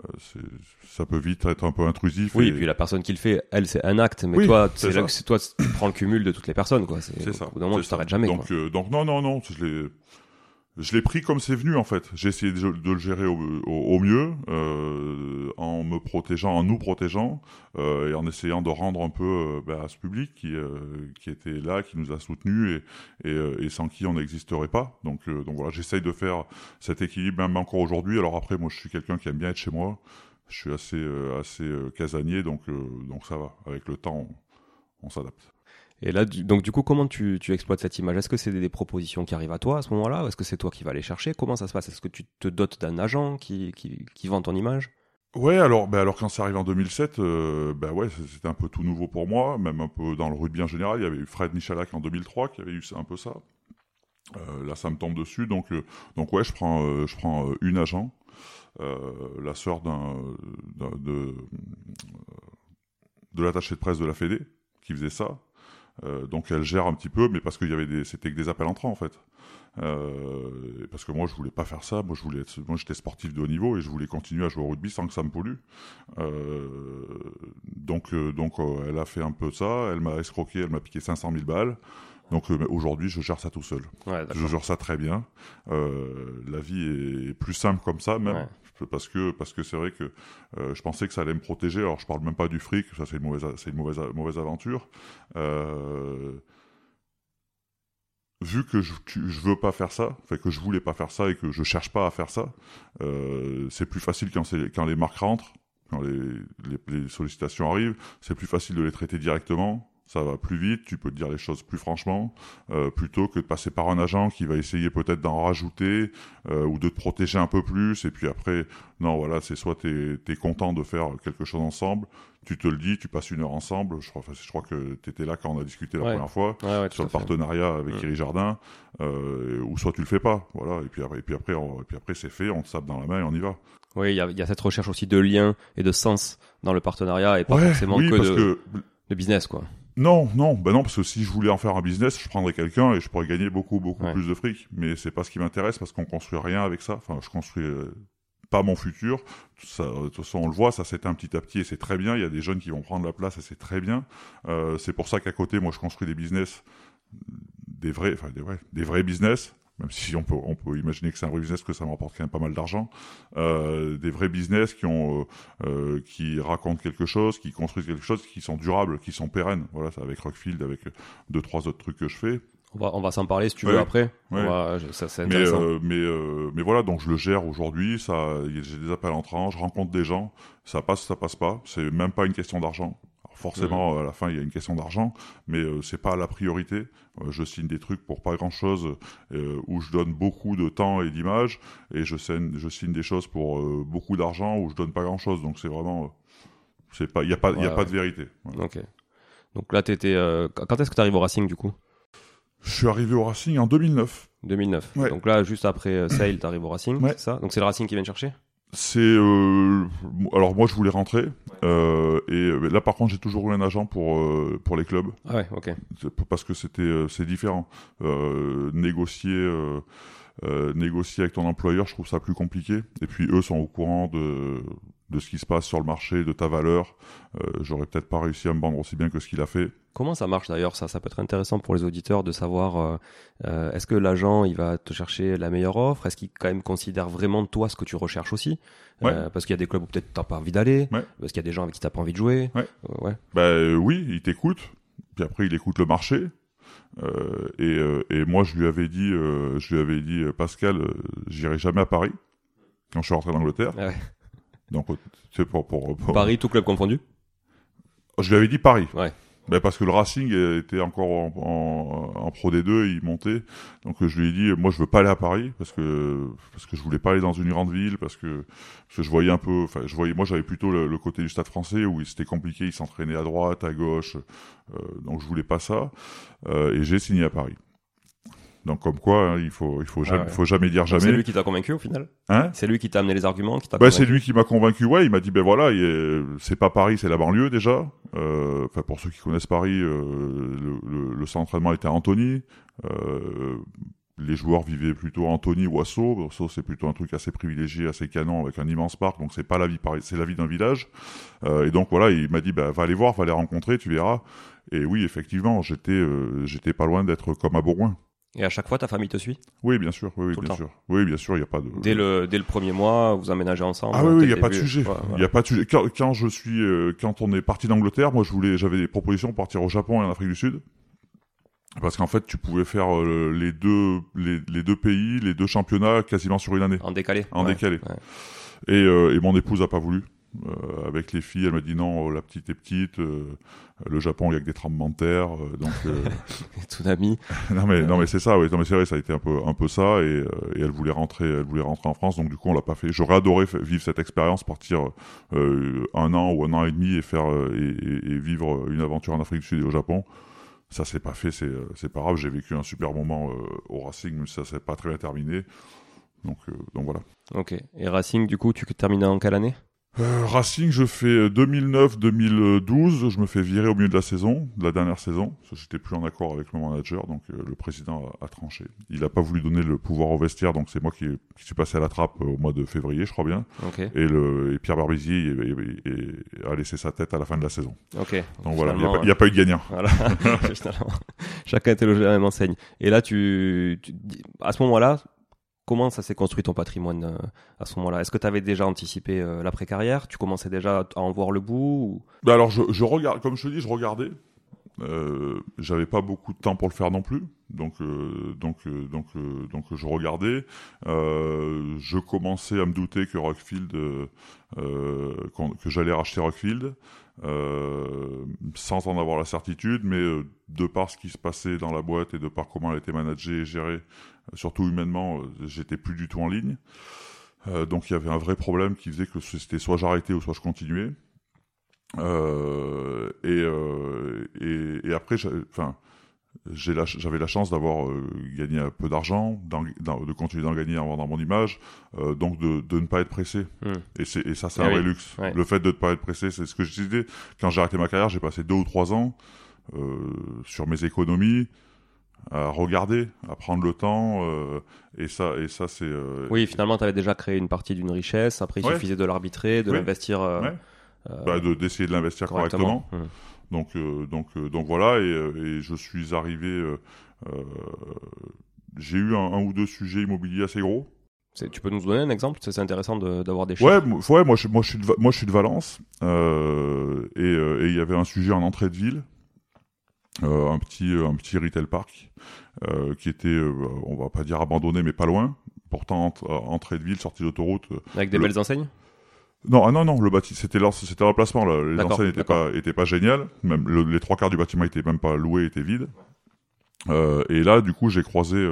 Ça peut vite être un peu intrusif. Oui, et puis la personne qui le fait, elle, c'est un acte, mais toi, c'est toi, tu prends le cumul de toutes les personnes, quoi. C'est ça. Au bout d'un moment, tu t'arrêtes jamais. Donc non, je l'ai pris comme c'est venu, en fait. J'ai essayé de le gérer au mieux, en nous protégeant, et en essayant de rendre un peu à ce public qui était là, qui nous a soutenus et sans qui on n'existerait pas. Donc voilà, j'essaye de faire cet équilibre même encore aujourd'hui. Alors après, moi, je suis quelqu'un qui aime bien être chez moi. Je suis assez casanier, donc ça va. Avec le temps, on s'adapte. Et là, donc du coup, comment tu exploites cette image? Est-ce que c'est des propositions qui arrivent à toi à ce moment-là? Ou est-ce que c'est toi qui vas les chercher? Comment ça se passe? Est-ce que tu te dotes d'un agent qui vend ton image? Ouais, alors quand ça arrive en 2007, c'était un peu tout nouveau pour moi, même un peu dans le rugby en général. Il y avait eu Fred Michalak en 2003 qui avait eu un peu ça. Là, ça me tombe dessus, donc ouais, je prends une agent, la sœur de l'attaché de presse de la Fédé qui faisait ça. Donc elle gère un petit peu, mais parce qu'il c'était que des appels entrants en fait. Parce que moi je voulais pas faire ça. Moi j'étais sportif de haut niveau et je voulais continuer à jouer au rugby sans que ça me pollue. Donc elle a fait un peu ça. Elle m'a escroqué, elle m'a piqué 500 000 balles. Donc aujourd'hui je gère ça tout seul. Ouais, je gère ça très bien. La vie est plus simple comme ça même. Ouais. Parce que c'est vrai que je pensais que ça allait me protéger. Alors je parle même pas du fric, ça c'est une mauvaise aventure. Vu que je veux pas faire ça, que je voulais pas faire ça et que je cherche pas à faire ça, c'est plus facile quand les marques rentrent, quand les sollicitations arrivent, c'est plus facile de les traiter directement. Ça va plus vite, tu peux te dire les choses plus franchement, plutôt que de passer par un agent qui va essayer peut-être d'en rajouter ou de te protéger un peu plus. Et puis après, non, voilà, c'est soit t'es content de faire quelque chose ensemble, tu te le dis, tu passes 1 heure ensemble. Je crois que t'étais là quand on a discuté la première fois sur le partenariat avec Thierry Jardin, ou soit tu le fais pas, voilà. Et puis après c'est fait, on te sape dans la main et on y va. Oui, il y a cette recherche aussi de lien et de sens dans le partenariat et pas forcément de business, quoi. Non, parce que si je voulais en faire un business, je prendrais quelqu'un et je pourrais gagner beaucoup plus de fric. Mais c'est pas ce qui m'intéresse parce qu'on construit rien avec ça. Enfin, je construis pas mon futur. Ça, de toute façon, on le voit, ça s'éteint petit à petit et c'est très bien. Il y a des jeunes qui vont prendre la place et c'est très bien. C'est pour ça qu'à côté, moi, je construis des business, des vrais business. Même si on peut imaginer que c'est un vrai business, que ça me rapporte quand même pas mal d'argent, des vrais business qui racontent quelque chose, qui construisent quelque chose, qui sont durables, qui sont pérennes. Voilà, c'est avec Rockfield, avec 2-3 autres trucs que je fais. On va s'en parler si tu veux après. Ça, c'est intéressant. Mais voilà, donc je le gère aujourd'hui. J'ai des appels entrants, je rencontre des gens. Ça passe pas. C'est même pas une question d'argent. Forcément, à la fin, il y a une question d'argent, mais c'est pas la priorité. Je signe des trucs pour pas grand-chose, où je donne beaucoup de temps et d'images, et je signe des choses pour beaucoup d'argent où je donne pas grand-chose. Donc c'est vraiment, il y a pas de vérité. Voilà. Ok. Donc là, quand est-ce que tu arrives au Racing du coup ? Je suis arrivé au Racing en 2009. 2009. Ouais. Donc là, juste après Sale, tu arrives au Racing, c'est ça ? Donc c'est le Racing qui vient te chercher ? Alors moi je voulais rentrer et là par contre j'ai toujours eu un agent pour les clubs. Ah ouais, ok. Parce que c'est différent. Négocier avec ton employeur, je trouve ça plus compliqué. Et puis eux sont au courant de ce qui se passe sur le marché, de ta valeur. J'aurais peut-être pas réussi à me vendre aussi bien que ce qu'il a fait. Comment ça marche d'ailleurs ? Ça peut être intéressant pour les auditeurs de savoir est-ce que l'agent il va te chercher la meilleure offre ? Est-ce qu'il quand même considère vraiment de toi ce que tu recherches aussi ? Parce qu'il y a des clubs où peut-être t'as pas envie d'aller, parce qu'il y a des gens avec qui t'as pas envie de jouer. Oui, il t'écoute. Puis après il écoute le marché. Et moi je lui avais dit Pascal, j'irai jamais à Paris quand je suis rentré d'Angleterre. Ah ouais. Donc c'est pour Paris, tout club confondu. Je lui avais dit Paris. Ouais. Parce que le Racing était encore en Pro D2, il montait. Donc je lui ai dit, moi je veux pas aller à Paris parce que je voulais pas aller dans une grande ville, parce que je voyais un peu, moi j'avais plutôt le côté du Stade Français où c'était compliqué, il s'entraînait à droite, à gauche, donc je voulais pas ça, et j'ai signé à Paris. Donc comme quoi, hein, il faut jamais dire jamais. C'est lui qui t'a convaincu au final. Hein ? C'est lui qui t'a amené les arguments, qui t'a convaincu. C'est lui qui m'a convaincu. Ouais, il m'a dit voilà, c'est pas Paris, c'est la banlieue déjà. Pour ceux qui connaissent Paris, le centre d'entraînement était à Antony. Les joueurs vivaient plutôt à Antony ou à Sceaux. Sceaux, c'est plutôt un truc assez privilégié, assez canon, avec un immense parc. Donc c'est pas la vie Paris, c'est la vie d'un village. Et donc voilà, il m'a dit va aller voir, va les rencontrer, tu verras. Et oui, effectivement, j'étais pas loin d'être comme à Bourgoin. Et à chaque fois, ta famille te suit ? Oui, bien sûr. Oui, bien sûr. Oui, bien sûr, il y a pas de. Dès le premier mois, vous emménagez ensemble. Ah oui, il y a pas de sujet. Il y a pas de sujet. Quand on est parti d'Angleterre, moi j'avais des propositions pour partir au Japon et en Afrique du Sud. Parce qu'en fait, tu pouvais faire les deux pays, les deux championnats quasiment sur une année. En décalé. Ouais. Et mon épouse a pas voulu. Avec les filles, elle m'a dit non, la petite est petite. Le Japon, il y a que des tremblements de terre, donc. Tsunami. non mais c'est ça, oui. Non mais c'est vrai, ça a été un peu ça, et elle voulait rentrer en France, donc du coup on l'a pas fait. J'aurais adoré vivre cette expérience, partir 1 an ou 1 an et demi et faire et vivre une aventure en Afrique du Sud et au Japon. Ça s'est pas fait, c'est pas grave. J'ai vécu un super moment au Racing, mais ça s'est pas très bien terminé. Donc voilà. Ok. Et Racing, du coup, tu termines en quelle année ? Racing, je fais 2009-2012, je me fais virer au milieu de la dernière saison, parce que j'étais plus en accord avec le manager, donc le président a tranché. Il a pas voulu donner le pouvoir au vestiaire, donc c'est moi qui suis passé à la trappe au mois de février, je crois bien. Okay. Et Pierre Barbizier a laissé sa tête à la fin de la saison. Okay. Donc voilà, il n'y a pas eu de gagnant. Voilà. Chacun était logé à la même enseigne. Et là, à ce moment-là, comment ça s'est construit ton patrimoine à ce moment-là ? Est-ce que tu avais déjà anticipé l'après-carrière ? Tu commençais déjà à en voir le bout ou... Alors je regarde, comme je te dis, je regardais. j'avais pas beaucoup de temps pour le faire non plus, donc je regardais. Je commençais à me douter que Rockfield, que j'allais racheter Rockfield, sans en avoir la certitude, mais de par ce qui se passait dans la boîte et de par comment elle était managée et gérée, surtout humainement, j'étais plus du tout en ligne. Donc il y avait un vrai problème qui faisait que c'était soit j'arrêtais ou soit je continuais. Et après, j'avais la chance d'avoir gagné un peu d'argent, de continuer d'en gagner en vendant mon image, donc de ne pas être pressé. Et ça, c'est un vrai luxe. Ouais. Le fait de ne pas être pressé, c'est ce que je disais. Quand j'ai arrêté ma carrière, j'ai passé 2 ou 3 ans sur mes économies, à regarder, à prendre le temps, et ça c'est... Oui, finalement, tu avais déjà créé une partie d'une richesse, après il suffisait de l'arbitrer, de l'investir... d'essayer de l'investir correctement. Donc voilà, et je suis arrivé... j'ai eu un ou deux sujets immobiliers assez gros. Tu peux nous donner un exemple? C'est intéressant d'avoir des chiffres. Moi je suis de Valence, et il y avait un sujet en entrée de ville, un petit retail park, qui était, on va pas dire abandonné, mais pas loin. Pourtant, entrée de ville, sortie d'autoroute. Avec des belles enseignes? Non, le bâtiment, c'était l'emplacement. Les enseignes étaient pas géniales. Même les 3/4 du bâtiment étaient même pas loués, étaient vides. Et là, du coup, j'ai croisé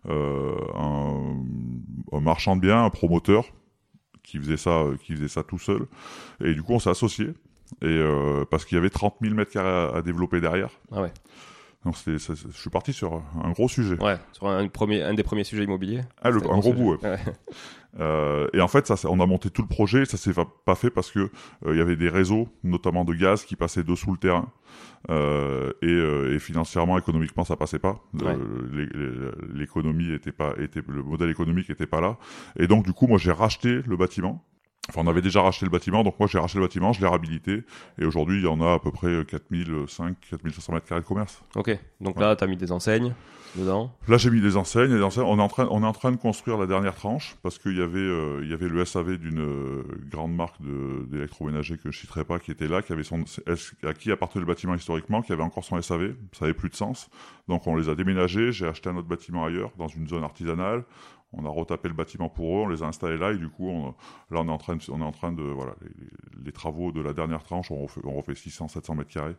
un marchand de biens, un promoteur qui faisait ça tout seul. Et du coup, on s'est associés. Et parce qu'il y avait 30 000 mètres carrés à développer derrière. Ah ouais. Donc je suis parti sur un gros sujet. Ouais, sur un des premiers sujets immobiliers. Un gros bout, ouais. Et en fait, on a monté tout le projet. Ça s'est pas fait parce que il y avait des réseaux, notamment de gaz, qui passaient dessous le terrain. Et financièrement, économiquement, ça passait pas. L'économie le modèle économique était pas là. Et donc, du coup, moi, j'ai racheté le bâtiment. Enfin, on avait déjà racheté le bâtiment, donc moi j'ai racheté le bâtiment, je l'ai réhabilité, et aujourd'hui il y en a à peu près 4500 mètres carrés de commerce. Ok, donc là tu as mis des enseignes dedans. Là j'ai mis des enseignes, on est en train de construire la dernière tranche, parce qu'il y avait le SAV d'une grande marque d'électroménager que je citerai pas, qui était là, à qui appartenait le bâtiment historiquement, qui avait encore son SAV, ça avait plus de sens, donc on les a déménagés, j'ai acheté un autre bâtiment ailleurs, dans une zone artisanale. On a retapé le bâtiment pour eux, on les a installés là, et du coup, on est en train de voilà, les travaux de la dernière tranche, on refait 600-700 mètres carrés,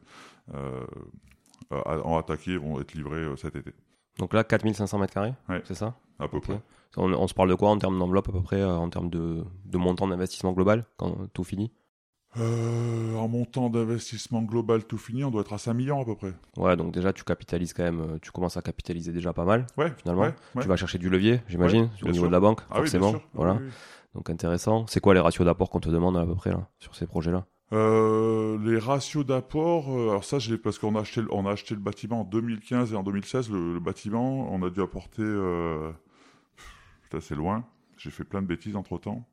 en attaqué, vont être livrés cet été. Donc là, 4500 mètres carrés, c'est ça? À peu près. On se parle de quoi en termes d'enveloppe à peu près, en termes de montant d'investissement global, quand tout finit? En montant d'investissement global tout fini, on doit être à 5 millions à peu près. Ouais, donc déjà tu capitalises quand même, tu commences à capitaliser déjà pas mal, finalement. Ouais. Tu vas chercher du levier, j'imagine, au niveau de la banque, forcément. Oui, voilà. Oui. Donc intéressant. C'est quoi les ratios d'apport qu'on te demande à peu près là, sur ces projets-là? Les ratios d'apport, alors ça, parce qu'on a acheté le bâtiment en 2015 et en 2016, le bâtiment, on a dû apporter, c'est loin, j'ai fait plein de bêtises entre-temps.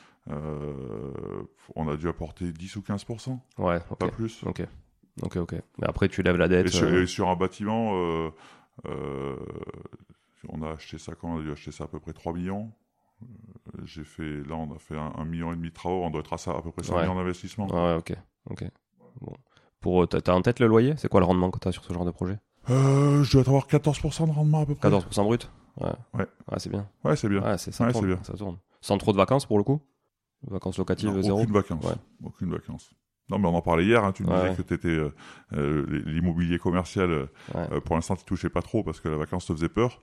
On a dû apporter 10 ou 15%. Ouais, pas plus. Ok. Mais après, tu lèves la dette. Et sur un bâtiment, on a acheté ça quand on a dû acheter ça à peu près 3 millions. On a fait 1,5 million de travaux, on doit être à peu près 5 millions d'investissement. Ouais, ok. Bon. T'as en tête le loyer? C'est quoi le rendement que t'as sur ce genre de projet? Je dois avoir 14% de rendement à peu près. 14% brut? Ouais, c'est bien. Ouais, c'est bien. Ouais, ça tourne. Sans trop de vacances pour le coup? Vacances locatives, zéro? Aucune vacance. Non, mais on en parlait hier, tu me disais que t'étais l'immobilier commercial, pour l'instant tu touchais pas trop parce que la vacance te faisait peur.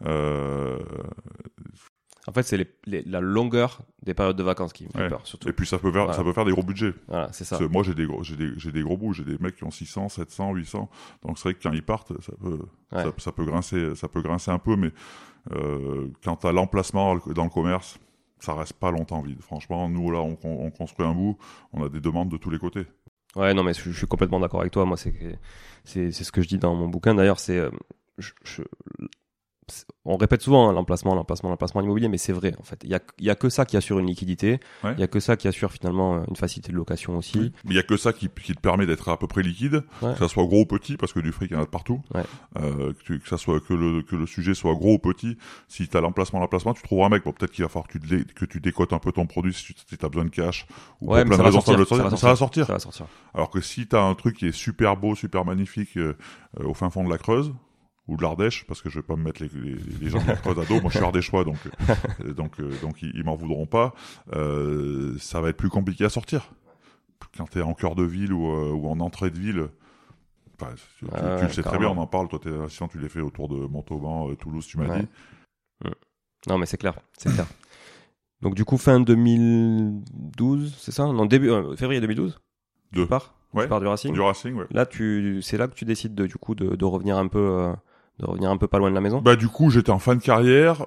En fait, c'est la longueur des périodes de vacances qui me fait peur, surtout. Et puis ça peut faire des gros budgets. Voilà, c'est ça. Moi, j'ai des gros bouts, j'ai des mecs qui ont 600, 700, 800. Donc c'est vrai que quand ils partent, ça peut grincer un peu, mais quand t'as l'emplacement dans le commerce, ça reste pas longtemps vide. Franchement, nous là, on construit un bout, on a des demandes de tous les côtés. Ouais, non, mais je suis complètement d'accord avec toi. Moi, c'est ce que je dis dans mon bouquin. D'ailleurs, on répète souvent l'emplacement immobilier, mais c'est vrai en fait. Il y a que ça qui assure une liquidité. Il y a que ça qui assure finalement une facilité de location aussi. Oui. Mais il y a que ça qui te permet d'être à peu près liquide, que ça soit gros ou petit, parce que du fric il y en a de partout. Que ça soit que le sujet soit gros ou petit. Si t'as l'emplacement, tu trouveras un mec. Bon, peut-être qu'il va falloir que tu décotes un peu ton produit si t'as besoin de cash ou pour plein de raisons. Ça va sortir. Alors que si t'as un truc qui est super beau, super magnifique au fin fond de la Creuse ou de l'Ardèche, parce que je vais pas me mettre les gens de la Creuse à dos, moi je suis ardéchois, donc ils m'en voudront pas. Ça va être plus compliqué à sortir quand t'es en cœur de ville ou en entrée de ville. Enfin, tu le sais très bien, on en parle. Toi, sinon tu l'as fait autour de Montauban, Toulouse, tu m'as dit. Non, mais c'est clair. Donc du coup, fin 2012, c'est ça? Non, février 2012. Tu pars du Racing. Du Racing, ouais. Là, c'est là que tu décides de revenir un peu. De revenir un peu pas loin de la maison. Bah du coup j'étais en fin de carrière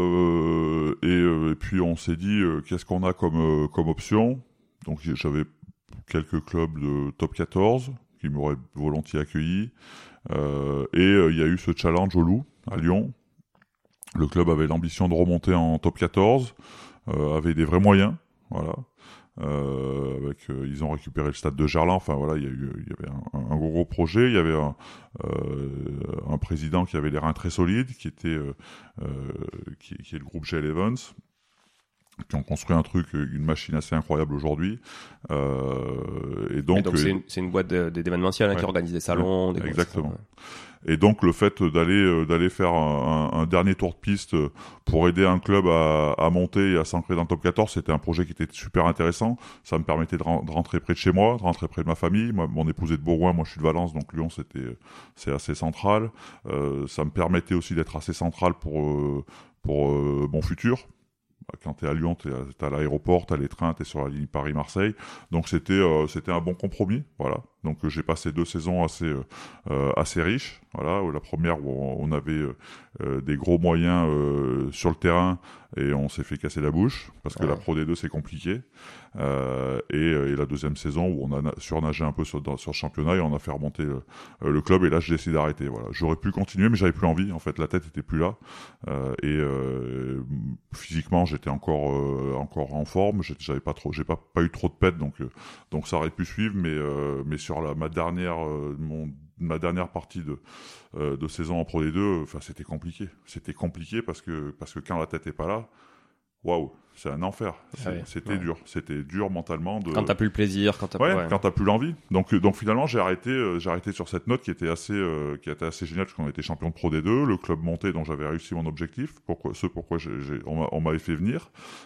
et puis on s'est dit qu'est-ce qu'on a comme option. Donc j'avais quelques clubs de top 14 qui m'auraient volontiers accueilli et il y a eu ce challenge au Loup à Lyon. Le club avait l'ambition de remonter en top 14, avait des vrais moyens, voilà. Ils ont récupéré le stade de Gerland. Enfin voilà, il y avait un gros projet. Il y avait un président qui avait les reins très solides, qui est le groupe GL Evans, qui ont construit un truc, une machine assez incroyable aujourd'hui. Et donc c'est une boîte d'événementiel qui organise des salons. Des exactement. Et donc le fait d'aller faire un dernier tour de piste pour aider un club à monter et à s'ancrer dans le top 14, c'était un projet qui était super intéressant. Ça me permettait de rentrer près de chez moi, de rentrer près de ma famille. Mon épouse est de Bourgoin, moi je suis de Valence, donc Lyon c'est assez central. Ça me permettait aussi d'être assez central pour mon futur. Quand t'es à Lyon, t'es à l'aéroport, t'as les trains, t'es sur la ligne Paris-Marseille. Donc c'était un bon compromis, voilà. Donc j'ai passé 2 saisons assez riches, voilà. La première où on avait des gros moyens sur le terrain et on s'est fait casser la bouche parce que la Pro D2 c'est compliqué. Et la deuxième saison où on a surnagé un peu sur le championnat et on a fait remonter le club, et là j'ai décidé d'arrêter. Voilà, j'aurais pu continuer mais j'avais plus envie. En fait, la tête était plus là physiquement j'étais encore en forme. J'ai pas eu trop de pète, donc ça aurait pu suivre, mais sur ma dernière partie de saison en Pro D2, enfin c'était compliqué. C'était compliqué parce que quand la tête est pas là, waouh, c'est un enfer. C'était dur. C'était dur mentalement. Quand t'as plus le plaisir, quand t'as plus l'envie. Donc finalement, j'ai arrêté sur cette note qui était assez géniale, parce qu'on était champion de Pro D2, le club montait, donc j'avais réussi mon objectif. Pourquoi on m'avait fait venir.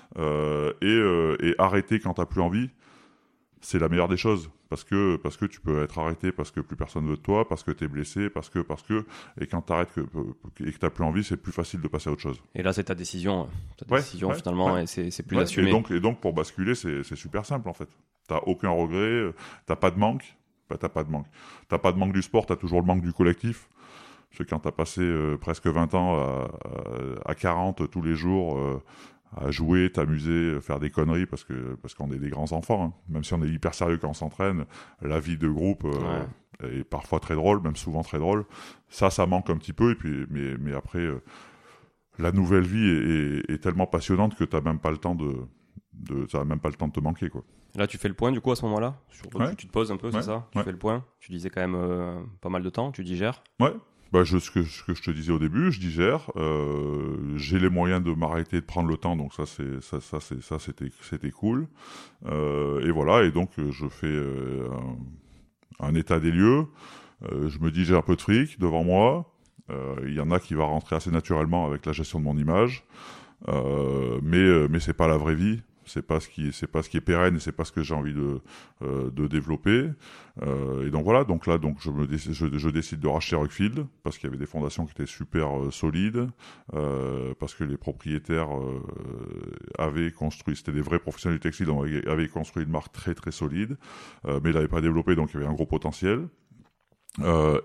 Et arrêter quand t'as plus envie, c'est la meilleure des choses. Parce que tu peux être arrêté parce que plus personne veut de toi, parce que t'es blessé, parce que, et quand t'arrêtes et que t'as plus envie, c'est plus facile de passer à autre chose. Et là, c'est ta décision finalement, et c'est plus assumé. Et donc, pour basculer, c'est super simple, en fait. T'as aucun regret, t'as pas de manque. T'as pas de manque du sport, t'as toujours le manque du collectif. Parce que quand t'as passé presque 20 ans à 40 tous les jours, à jouer, t'amuser, faire des conneries parce qu'on est des grands enfants, hein. Même si on est hyper sérieux quand on s'entraîne, la vie de groupe est parfois très drôle, même souvent très drôle. Ça manque un petit peu. Et puis, mais après, la nouvelle vie est tellement passionnante que t'as même pas le temps ça a même pas le temps de te manquer, quoi. Là, tu fais le point du coup à ce moment-là. Tu te poses un peu, c'est ça? Tu fais le point. Tu disais quand même pas mal de temps. Tu digères. Ouais. Bah, ce que je te disais au début, je digère. J'ai les moyens de m'arrêter, de prendre le temps, donc c'était cool. Et voilà. Et donc je fais un état des lieux. Je me dis j'ai un peu de fric devant moi. Il y en a qui va rentrer assez naturellement avec la gestion de mon image, mais c'est pas la vraie vie. C'est pas ce qui est pérenne, et c'est pas ce que j'ai envie de développer. Et donc voilà. Donc là, je décide de racheter Ruckfield parce qu'il y avait des fondations qui étaient super solides, parce que les propriétaires avaient construit, c'était des vrais professionnels du textile, donc avaient construit une marque très très solide, mais ils l'avaient pas développée, donc il y avait un gros potentiel. Et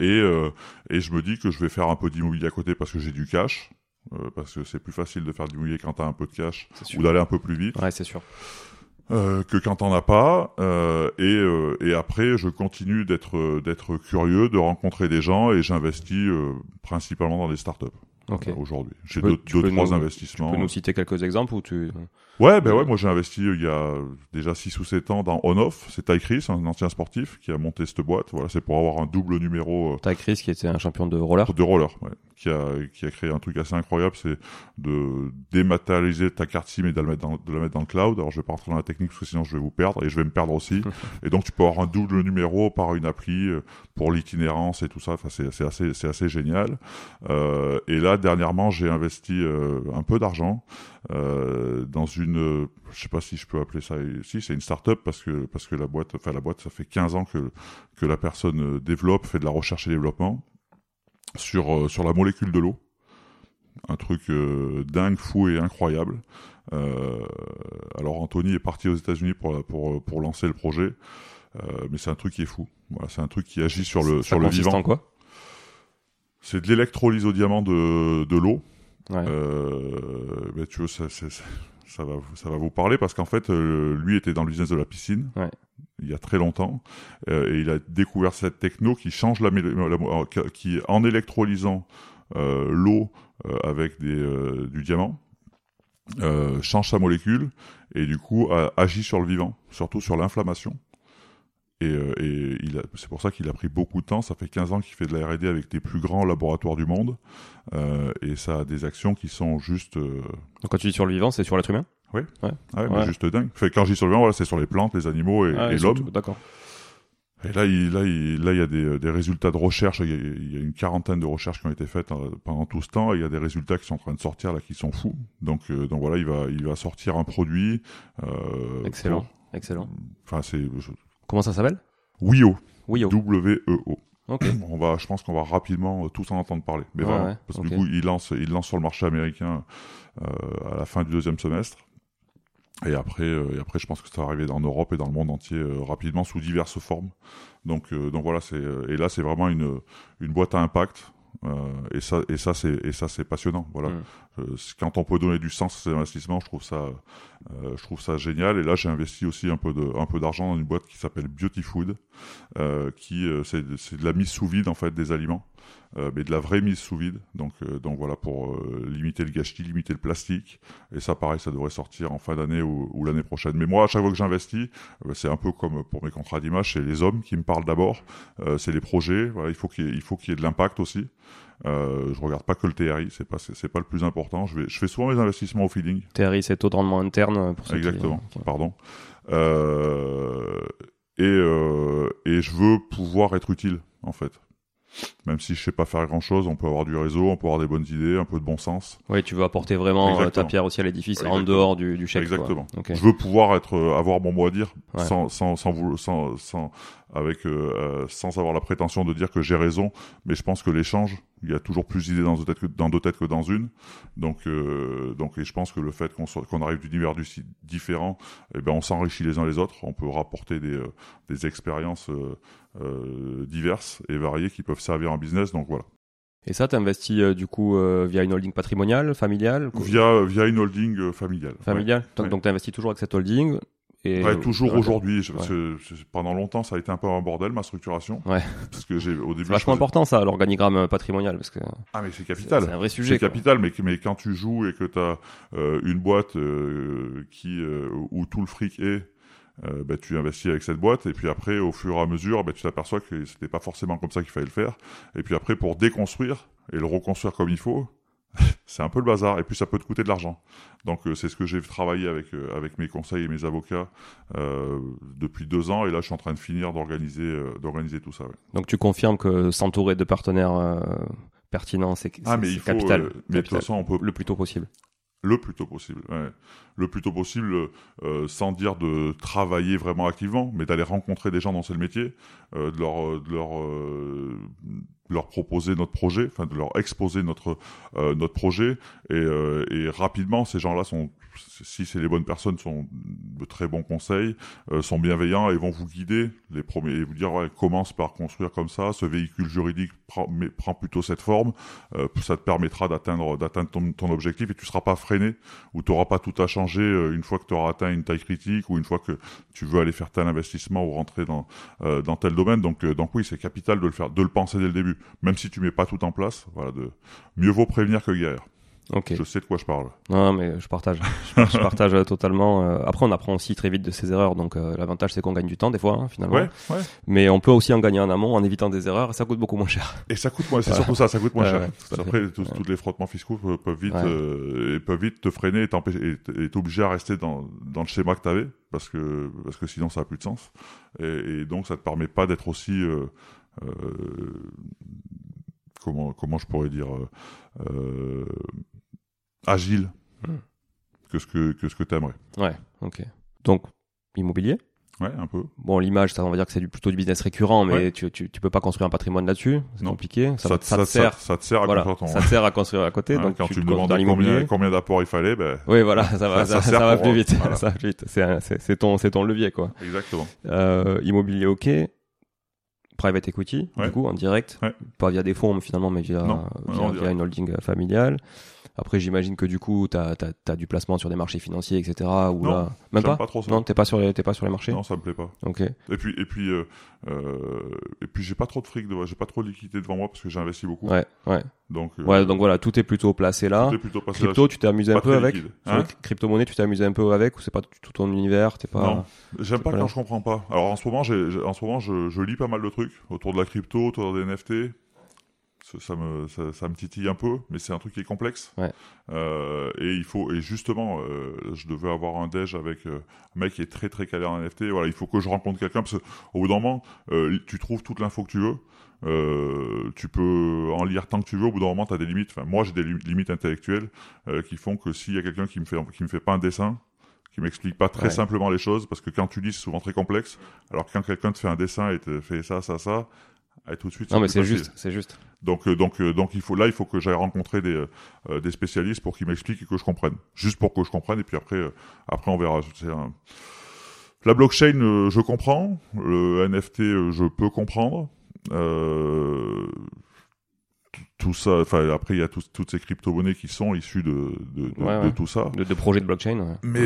je me dis que je vais faire un peu d'immobilier à côté parce que j'ai du cash. Parce que c'est plus facile de faire du mouillé quand t'as un peu de cash ou d'aller un peu plus vite. Ouais, c'est sûr. Que quand t'en as pas. Et après, je continue d'être curieux, de rencontrer des gens, et j'investis principalement dans des startups. aujourd'hui. J'ai deux, trois investissements. Tu peux nous citer quelques exemples où tu... Ouais, moi j'ai investi il y a déjà 6 ou 7 ans dans On-Off. C'est Ty Chris, un ancien sportif, qui a monté cette boîte. Voilà, c'est pour avoir un double numéro. Ty Chris, qui était un champion de roller. De roller, ouais. Qui a créé un truc assez incroyable, c'est de dématérialiser ta carte SIM et de la mettre dans le cloud. Alors je vais pas rentrer dans la technique parce que sinon je vais vous perdre et je vais me perdre aussi. Et donc tu peux avoir un double numéro par une appli pour l'itinérance et tout ça. Enfin c'est assez génial. Et là dernièrement j'ai investi un peu d'argent dans une, je sais pas si je peux appeler ça, si c'est une start-up parce que la boîte ça fait 15 ans que la personne développe, fait de la recherche et développement sur la molécule de l'eau, un truc dingue, fou et incroyable. Alors Anthony est parti aux États-Unis pour lancer le projet, mais c'est un truc qui est fou. Voilà, c'est un truc qui agit sur le vivant. Ça consiste en quoi ? C'est de l'électrolyse au diamant de l'eau. Ouais. Ben tu vois, ça va vous parler parce qu'en fait, lui était dans le business de la piscine. Ouais. Il y a très longtemps, et il a découvert cette techno qui change qui en électrolysant l'eau avec du diamant, change sa molécule et du coup agit sur le vivant, surtout sur l'inflammation. Et c'est pour ça qu'il a pris beaucoup de temps. Ça fait 15 ans qu'il fait de la R&D avec les plus grands laboratoires du monde, et ça a des actions qui sont juste. Donc quand tu dis sur le vivant, c'est sur l'être humain ? Oui, mais juste dingue. Quand je dis sur le vivant, voilà, c'est sur les plantes, les animaux et l'homme. D'accord. Et là, il y a des résultats de recherche. Il y a une quarantaine de recherches qui ont été faites pendant tout ce temps. Et il y a des résultats qui sont en train de sortir là, qui sont fous. Donc voilà, il va sortir un produit. Excellent. Enfin, Comment ça s'appelle ? WEO. W-E-O. Okay. Je pense qu'on va rapidement tous en entendre parler. Mais vraiment, parce que du coup, il lance sur le marché américain à la fin du 2e semestre. Et après, je pense que ça va arriver en Europe et dans le monde entier rapidement sous diverses formes. Donc voilà, et là c'est vraiment une boîte à impact. Et ça c'est passionnant. Voilà. Quand on peut donner du sens à ces investissements, je trouve ça génial. Et là, j'ai investi aussi un peu d'argent dans une boîte qui s'appelle Beauty Food, qui c'est de la mise sous vide en fait des aliments. Mais de la vraie mise sous vide, donc voilà, pour limiter le gâchis, limiter le plastique, et ça pareil, ça devrait sortir en fin d'année ou l'année prochaine. Mais moi, à chaque fois que j'investis, c'est un peu comme pour mes contrats d'image, c'est les hommes qui me parlent d'abord, c'est les projets, voilà, il faut qu'il y ait de l'impact aussi. Je regarde pas que le TRI, c'est pas le plus important. Je fais souvent mes investissements au feeling. TRI, c'est taux de rendement interne pour ceux Exactement, pardon. Et je veux pouvoir être utile, en fait. Même si je sais pas faire grand chose, on peut avoir du réseau, on peut avoir des bonnes idées, un peu de bon sens. Oui, tu veux apporter vraiment ta pierre aussi à l'édifice en dehors du chèque. Exactement. Okay. Je veux pouvoir avoir mon mot à dire sans avoir la prétention de dire que j'ai raison, mais je pense que l'échange, il y a toujours plus d'idées dans deux têtes que dans une. Donc et je pense que le fait qu'on arrive d'univers différents, on s'enrichit les uns les autres, on peut rapporter des expériences diverses et variées qui peuvent servir en business, donc voilà. Et ça, t'investis du coup via une holding patrimoniale, familiale ? Via une holding familiale. Familiale. Donc t'investis toujours avec cette holding. Et toujours aujourd'hui. Parce que pendant longtemps, ça a été un peu un bordel, ma structuration. Ouais. Parce que au début. C'est vachement important, ça, l'organigramme patrimonial, parce que. Ah, mais c'est capital. C'est un vrai sujet. C'est capital, mais quand tu joues et que t'as une boîte où tout le fric est, tu investis avec cette boîte, et puis après, au fur et à mesure, tu t'aperçois que c'était pas forcément comme ça qu'il fallait le faire. Et puis après, pour déconstruire et le reconstruire comme il faut, c'est un peu le bazar, et puis ça peut te coûter de l'argent. Donc c'est ce que j'ai travaillé avec mes conseils et mes avocats depuis 2 ans, et là je suis en train de finir d'organiser tout ça. Ouais. Donc tu confirmes que s'entourer de partenaires pertinents, c'est capital. Mais de toute façon, on peut le plus tôt possible. Le plus tôt possible, ouais. Le plus tôt possible, sans dire de travailler vraiment activement, mais d'aller rencontrer des gens dont c'est le métier, de leur proposer notre projet, enfin de leur exposer notre projet, et rapidement ces gens-là si c'est les bonnes personnes, sont de très bons conseils, sont bienveillants et vont vous guider les premiers, et vous dire commence par construire comme ça, ce véhicule juridique prend plutôt cette forme, ça te permettra d'atteindre ton objectif, et tu seras pas freiné, ou tu n'auras pas tout à changer une fois que tu auras atteint une taille critique, ou une fois que tu veux aller faire tel investissement ou rentrer dans tel domaine. Donc oui, c'est capital de le penser dès le début. même si tu mets pas tout en place, voilà, mieux vaut prévenir que guérir. Ok. Je sais de quoi je parle. Non, mais je partage. Je partage totalement. Après, on apprend aussi très vite de ses erreurs. Donc, l'avantage, c'est qu'on gagne du temps, des fois, hein, finalement. Ouais. Mais on peut aussi en gagner en amont en évitant des erreurs. Et ça coûte beaucoup moins cher. Et ça coûte moins, c'est surtout ça coûte moins cher. Ouais, Après, tous les frottements fiscaux peuvent vite te freiner et t'obliger à rester dans le schéma que t'avais, parce que sinon, ça a plus de sens. Et donc, ça te permet pas d'être aussi, comment je pourrais dire, agile que ce que t'aimerais. Ouais, ok. Donc, immobilier. Ouais, un peu. Bon, l'image, ça, on va dire que c'est plutôt du business récurrent, mais tu peux pas construire un patrimoine là-dessus. C'est compliqué. Ça te sert. Ça te sert à construire ton. Ça te sert à construire à côté. Donc, quand tu me demandes combien d'apports il fallait, oui, voilà, ça va plus vite. Voilà. Ça va plus vite. C'est ton levier, quoi. Exactement. Immobilier, ok. Private equity, du coup, en direct. Ouais. Pas via des fonds, mais finalement, mais via une holding familiale. Après, j'imagine que du coup, t'as du placement sur des marchés financiers, etc. Ou non, là, même pas trop ça. Non, t'es pas sur les marchés. Non, ça me plaît pas. Ok. Et puis, j'ai pas trop de fric, j'ai pas trop de liquidité devant moi parce que j'ai investi beaucoup. Ouais. Donc voilà, tout est plutôt placé là. Crypto, tu t'es amusé un peu avec. Sur les crypto-monnaies, tu t'es amusé un peu avec, ou c'est pas tout ton univers, t'es pas. Non, j'aime pas quand je comprends pas. Alors en ce moment, je lis pas mal de trucs autour de la crypto, autour des NFT. Ça me titille un peu, mais c'est un truc qui est complexe. Ouais. Et justement, je devais avoir un déj avec un mec qui est très très calé en NFT. Voilà, il faut que je rencontre quelqu'un parce qu'au bout d'un moment, tu trouves toute l'info que tu veux. Tu peux en lire tant que tu veux. Au bout d'un moment, t'as des limites. Enfin, moi, j'ai des limites intellectuelles qui font que s'il y a quelqu'un qui me fait pas un dessin, qui m'explique pas très simplement les choses, parce que quand tu lis, c'est souvent très complexe. Alors que quand quelqu'un te fait un dessin et te fait ça, et tout de suite. Non, mais c'est juste. Donc il faut que j'aille rencontrer des spécialistes pour qu'ils m'expliquent et que je comprenne. Juste pour que je comprenne, et puis après on verra. La blockchain, je comprends. Le NFT, je peux comprendre. Tout ça, enfin après il y a toutes ces crypto-monnaies qui sont issues de tout ça. De projets de blockchain. Ouais. Mais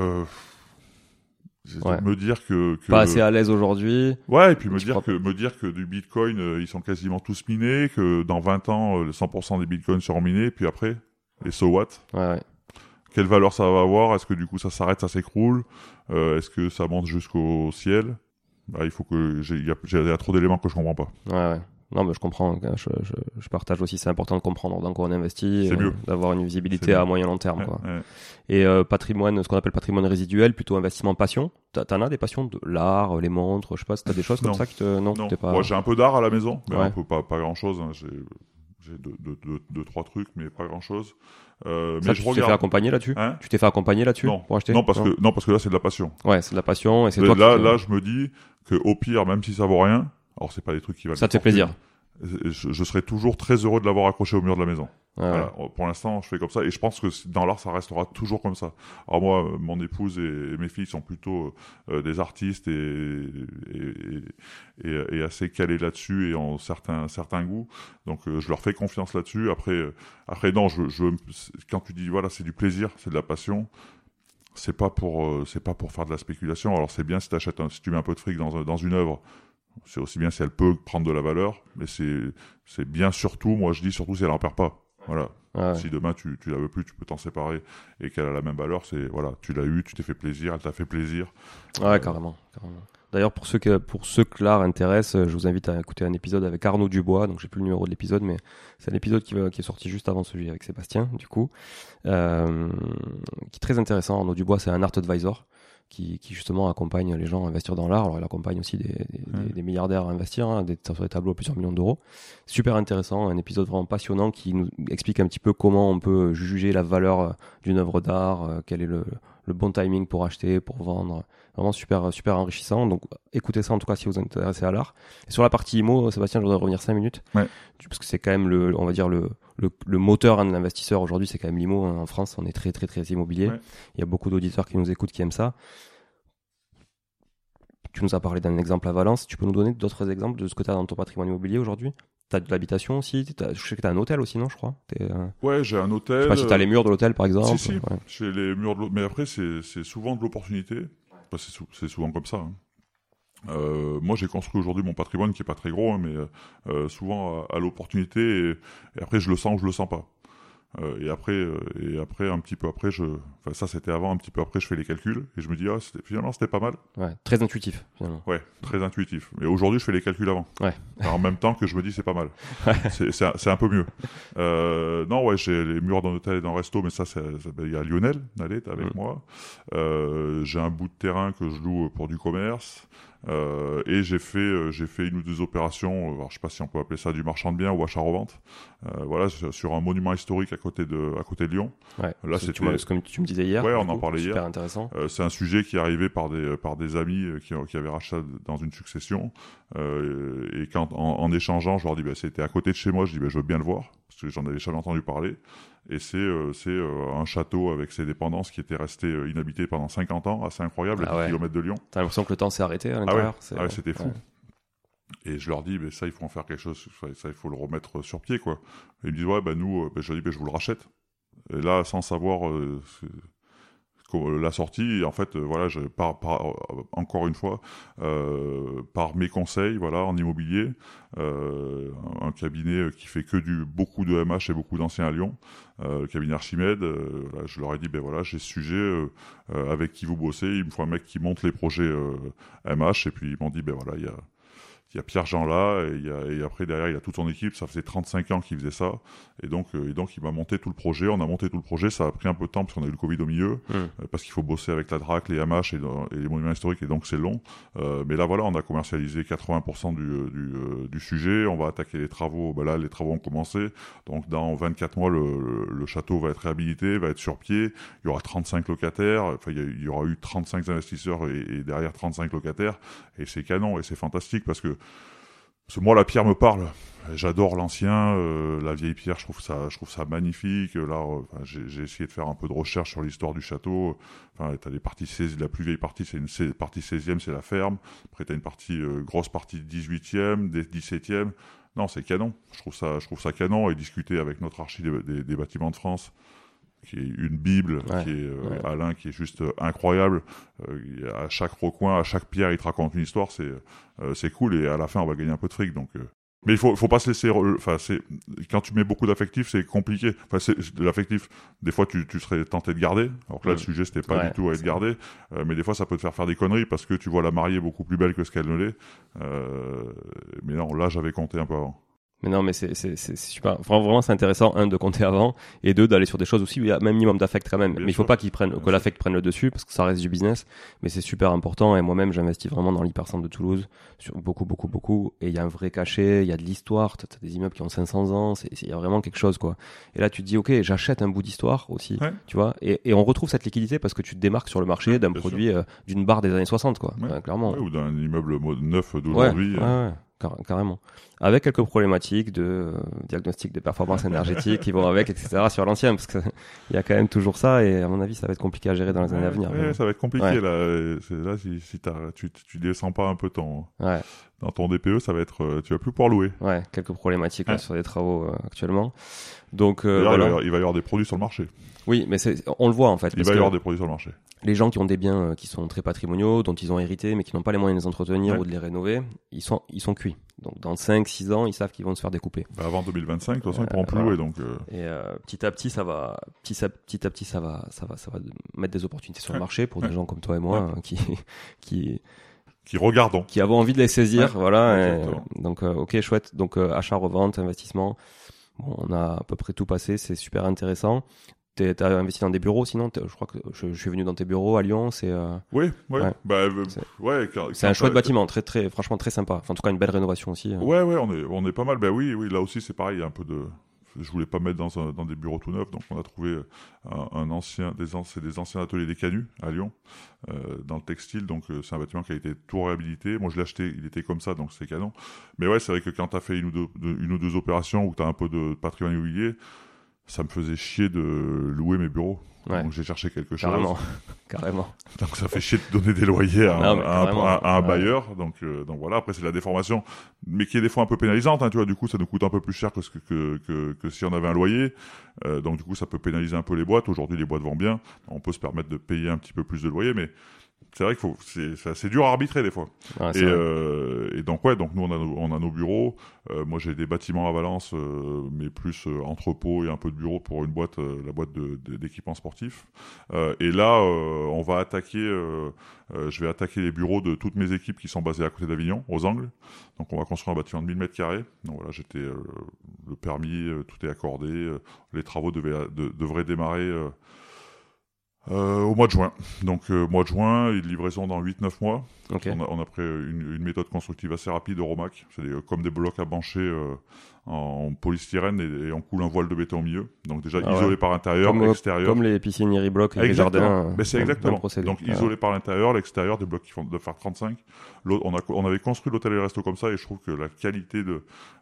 me dire que pas assez à l'aise aujourd'hui. Ouais, et puis me dire que du Bitcoin, ils sont quasiment tous minés, que dans 20 ans, 100% des Bitcoins seront minés, puis après, et so what? Ouais. Quelle valeur ça va avoir? Est-ce que du coup ça s'arrête, ça s'écroule? Est-ce que ça monte jusqu'au ciel? Il faut que il y a trop d'éléments que je comprends pas. Ouais. Non, mais je comprends. Je partage aussi. C'est important de comprendre dans quoi on investit, d'avoir une visibilité à moyen long terme, quoi. Ouais. Et patrimoine, ce qu'on appelle patrimoine résiduel, plutôt investissement passion. T'en as des passions, de l'art, les montres, je sais pas si t'as des choses comme ça qui te. Non. T'es pas. Moi, j'ai un peu d'art à la maison, mais un peu pas grand chose. Hein. J'ai deux, trois trucs, mais pas grand chose. Mais tu t'es fait accompagner là-dessus? Tu t'es fait accompagner là-dessus? Non. Pour acheter? Non, parce que là, c'est de la passion. Ouais, c'est de la passion, et c'est là, je me dis que au pire, même si ça vaut rien, alors c'est pas des trucs qui valent. Ça te fait plaisir. Je serais toujours très heureux de l'avoir accroché au mur de la maison. Voilà. Pour l'instant, je fais comme ça, et je pense que dans l'art, ça restera toujours comme ça. Alors moi, mon épouse et mes filles sont plutôt des artistes et assez calés là-dessus et ont certains goûts. Donc je leur fais confiance là-dessus. Après non, quand tu dis voilà, c'est du plaisir, c'est de la passion. C'est pas pour faire de la spéculation. Alors c'est bien si tu mets un peu de fric dans une œuvre. C'est aussi bien si elle peut prendre de la valeur, mais c'est bien surtout, moi je dis surtout si elle en perd pas. Voilà. Si demain tu la veux plus, tu peux t'en séparer et qu'elle a la même valeur, c'est voilà, tu l'as eu, tu t'es fait plaisir, elle t'a fait plaisir. Ouais, carrément. D'ailleurs, pour ceux que l'art intéresse, je vous invite à écouter un épisode avec Arnaud Dubois. Donc j'ai plus le numéro de l'épisode, mais c'est un épisode qui est sorti juste avant celui avec Sébastien, du coup, qui est très intéressant. Arnaud Dubois, c'est un art advisor qui justement accompagne les gens à investir dans l'art. Alors il accompagne aussi des milliardaires à investir, sur des tableaux à plusieurs millions d'euros. Super intéressant, un épisode vraiment passionnant qui nous explique un petit peu comment on peut juger la valeur d'une œuvre d'art, quel est le bon timing pour acheter, pour vendre. Vraiment super enrichissant. Donc écoutez ça en tout cas si vous êtes intéressé à l'art. Et sur la partie IMO, Sébastien, je voudrais revenir 5 minutes. Ouais. Parce que c'est quand même le moteur de l'investisseur aujourd'hui, c'est quand même l'IMO. En France, on est très très très immobilier. Ouais. Il y a beaucoup d'auditeurs qui nous écoutent, qui aiment ça. Tu nous as parlé d'un exemple à Valence. Tu peux nous donner d'autres exemples de ce que tu as dans ton patrimoine immobilier aujourd'hui? T'as de l'habitation aussi? Je sais que t'as un hôtel aussi, non, je crois? Ouais, j'ai un hôtel. Je sais pas si t'as les murs de l'hôtel, par exemple. Si. Ouais. J'ai les murs de l'hôtel. Mais après, c'est souvent de l'opportunité. C'est souvent comme ça. Hein. Moi, j'ai construit aujourd'hui mon patrimoine qui est pas très gros, hein, mais souvent à l'opportunité, et après je le sens ou je le sens pas. Et après, un petit peu après, enfin ça c'était avant, un petit peu après, je fais les calculs et je me dis finalement c'était pas mal. Ouais, très intuitif finalement. Ouais, très intuitif. Mais aujourd'hui, je fais les calculs avant. Ouais. En même temps que je me dis c'est pas mal. C'est un peu mieux. Non, ouais, j'ai les murs d'un hôtel et d'un resto, mais il y a Lionel, Nallet, avec moi. J'ai un bout de terrain que je loue pour du commerce. Et j'ai fait une ou deux opérations, alors je sais pas si on peut appeler ça du marchand de biens ou achat-revente. Voilà, sur un monument historique à côté de Lyon. Ouais. Là, comme tu me disais hier. Ouais, on en parlait hier. Super intéressant. C'est un sujet qui est arrivé par des amis qui avaient racheté dans une succession. Et quand en échangeant, je leur dis c'était à côté de chez moi. Je dis je veux bien le voir parce que j'en avais jamais entendu parler. Et c'est un château avec ses dépendances qui était resté inhabité pendant 50 ans, assez incroyable, à 10 km de Lyon. T'as l'impression que le temps s'est arrêté à l'intérieur. Ah ouais, c'était fou. Et je leur dis, ça, il faut en faire quelque chose, ça, il faut le remettre sur pied, quoi. Et ils me disent, nous, je leur dis, je vous le rachète. Et là, sans savoir la sortie, et en fait, voilà, encore une fois, par mes conseils, voilà, en immobilier, un cabinet qui fait beaucoup de MH et beaucoup d'anciens à Lyon, le cabinet Archimède, voilà, je leur ai dit, j'ai ce sujet avec qui vous bossez, il me faut un mec qui monte les projets MH, et puis ils m'ont dit, il y a Pierre-Jean là, et après derrière il y a toute son équipe, ça faisait 35 ans qu'il faisait ça, et donc il m'a monté tout le projet, on a monté tout le projet, ça a pris un peu de temps parce qu'on a eu le Covid au milieu, parce qu'il faut bosser avec la DRAC, les MH et les monuments historiques, et donc c'est long, mais là voilà, on a commercialisé 80% du sujet, on va attaquer les travaux, là les travaux ont commencé, donc dans 24 mois le château va être réhabilité, va être sur pied, il y aura 35 locataires, enfin il y aura eu 35 investisseurs et derrière 35 locataires, et c'est canon, et c'est fantastique parce que moi la pierre me parle, j'adore l'ancien, la vieille pierre, je trouve ça magnifique. Là, j'ai essayé de faire un peu de recherche sur l'histoire du château. Enfin, t'as les parties 16, la plus vieille partie, c'est une partie 16e, c'est la ferme. Après, t'as une partie grosse partie 18e, 17e. Non, c'est canon. Je trouve ça canon. Et discuter avec notre archi des bâtiments de France, qui est une bible, qui est Alain, qui est juste incroyable. À chaque recoin, à chaque pierre, il te raconte une histoire. C'est cool, et à la fin, on va gagner un peu de fric. Donc, mais il faut pas se laisser. Enfin, quand tu mets beaucoup d'affectif, c'est compliqué. Enfin, c'est de l'affectif. Des fois, tu serais tenté de garder. Alors que là, le sujet, c'était pas du tout à être gardé. Mais des fois, ça peut te faire des conneries parce que tu vois la mariée beaucoup plus belle que ce qu'elle ne l'est. Mais non, là, j'avais compté un peu avant. Mais non, mais c'est super. Vraiment, c'est intéressant, de compter avant, et d'aller sur des choses aussi où il y a même minimum d'affect quand même. Mais il faut pas que l'affect prenne le dessus, parce que ça reste du business. Mais c'est super important, et moi-même, j'investis vraiment dans l'hypercentre de Toulouse, sur beaucoup. Et il y a un vrai cachet, il y a de l'histoire, t'as des immeubles qui ont 500 ans, il y a vraiment quelque chose, quoi. Et là, tu te dis, ok, j'achète un bout d'histoire aussi, tu vois, et on retrouve cette liquidité parce que tu te démarques sur le marché d'un produit, d'une barre des années 60, quoi. Clairement. Ou d'un immeuble neuf d'aujourd'hui. Carrément. Avec quelques problématiques de diagnostic de performance énergétique qui vont avec, etc. sur l'ancien, parce que il y a quand même toujours ça, et à mon avis, ça va être compliqué à gérer dans les années à venir. Ça va être compliqué, là. Là, si tu descends pas un peu dans ton DPE, ça va être, tu vas plus pouvoir louer. Ouais, quelques problématiques là, sur des travaux actuellement. Donc, il va y avoir des produits sur le marché. Oui, mais on le voit en fait. Il va y avoir des produits sur le marché. Les gens qui ont des biens qui sont très patrimoniaux, dont ils ont hérité, mais qui n'ont pas les moyens de les entretenir ou de les rénover, ils sont cuits. Donc dans 5-6 ans, ils savent qu'ils vont se faire découper. Avant 2025, de toute façon, ils pourront plus louer. Donc, Et petit à petit, ça va mettre des opportunités sur le marché pour des gens comme toi et moi qui regardons, qui avons envie de les saisir. Voilà. Donc ok, chouette. Donc achat, revente, investissement. Bon, on a à peu près tout passé. C'est super intéressant. T'as investi dans des bureaux, sinon je crois que je suis venu dans tes bureaux à Lyon. C'est oui. C'est un chouette bâtiment, très franchement très sympa. Enfin, en tout cas, une belle rénovation aussi. Ouais, on est pas mal. Oui, là aussi c'est pareil. Il y a un peu de. Je voulais pas mettre dans des bureaux tout neufs, donc on a trouvé c'est des anciens ateliers des Canuts à Lyon, dans le textile. Donc c'est un bâtiment qui a été tout réhabilité. Moi je l'ai acheté, il était comme ça, donc c'est canon. Mais ouais, c'est vrai que quand t'as fait une ou deux opérations où t'as un peu de patrimoine immobilier, ça me faisait chier de louer mes bureaux. Ouais. Donc j'ai cherché quelque chose. Carrément. Donc ça fait chier de donner des loyers à un bailleur. Donc voilà. Après c'est la déformation, mais qui est des fois un peu pénalisante. Tu vois, du coup ça nous coûte un peu plus cher que si on avait un loyer. Donc du coup ça peut pénaliser un peu les boîtes. Aujourd'hui les boîtes vont bien. On peut se permettre de payer un petit peu plus de loyer, mais c'est vrai c'est assez dur à arbitrer des fois. Ouais, Et donc nous on a nos bureaux. Moi j'ai des bâtiments à Valence, mais plus entrepôt et un peu de bureau pour une boîte, la boîte d'équipements sportifs. Et là on va attaquer, je vais attaquer les bureaux de toutes mes équipes qui sont basées à côté d'Avignon, aux Angles. Donc on va construire un bâtiment de 1000 m². Donc voilà, le permis, tout est accordé. Les travaux devraient démarrer au mois de juin. Donc mois de juin, et livraison dans 8-9 mois. Okay. On a pris une méthode constructive assez rapide Euromac. C'est comme des blocs à bancher en polystyrène et on coule un voile de béton au milieu. Donc déjà isolé par intérieur, extérieur. Comme les piscines Iribloc et les jardins. Mais c'est exactement. Donc isolé par l'intérieur, l'extérieur, des blocs qui doivent faire 35. On avait construit l'hôtel et le resto comme ça et je trouve que la qualité de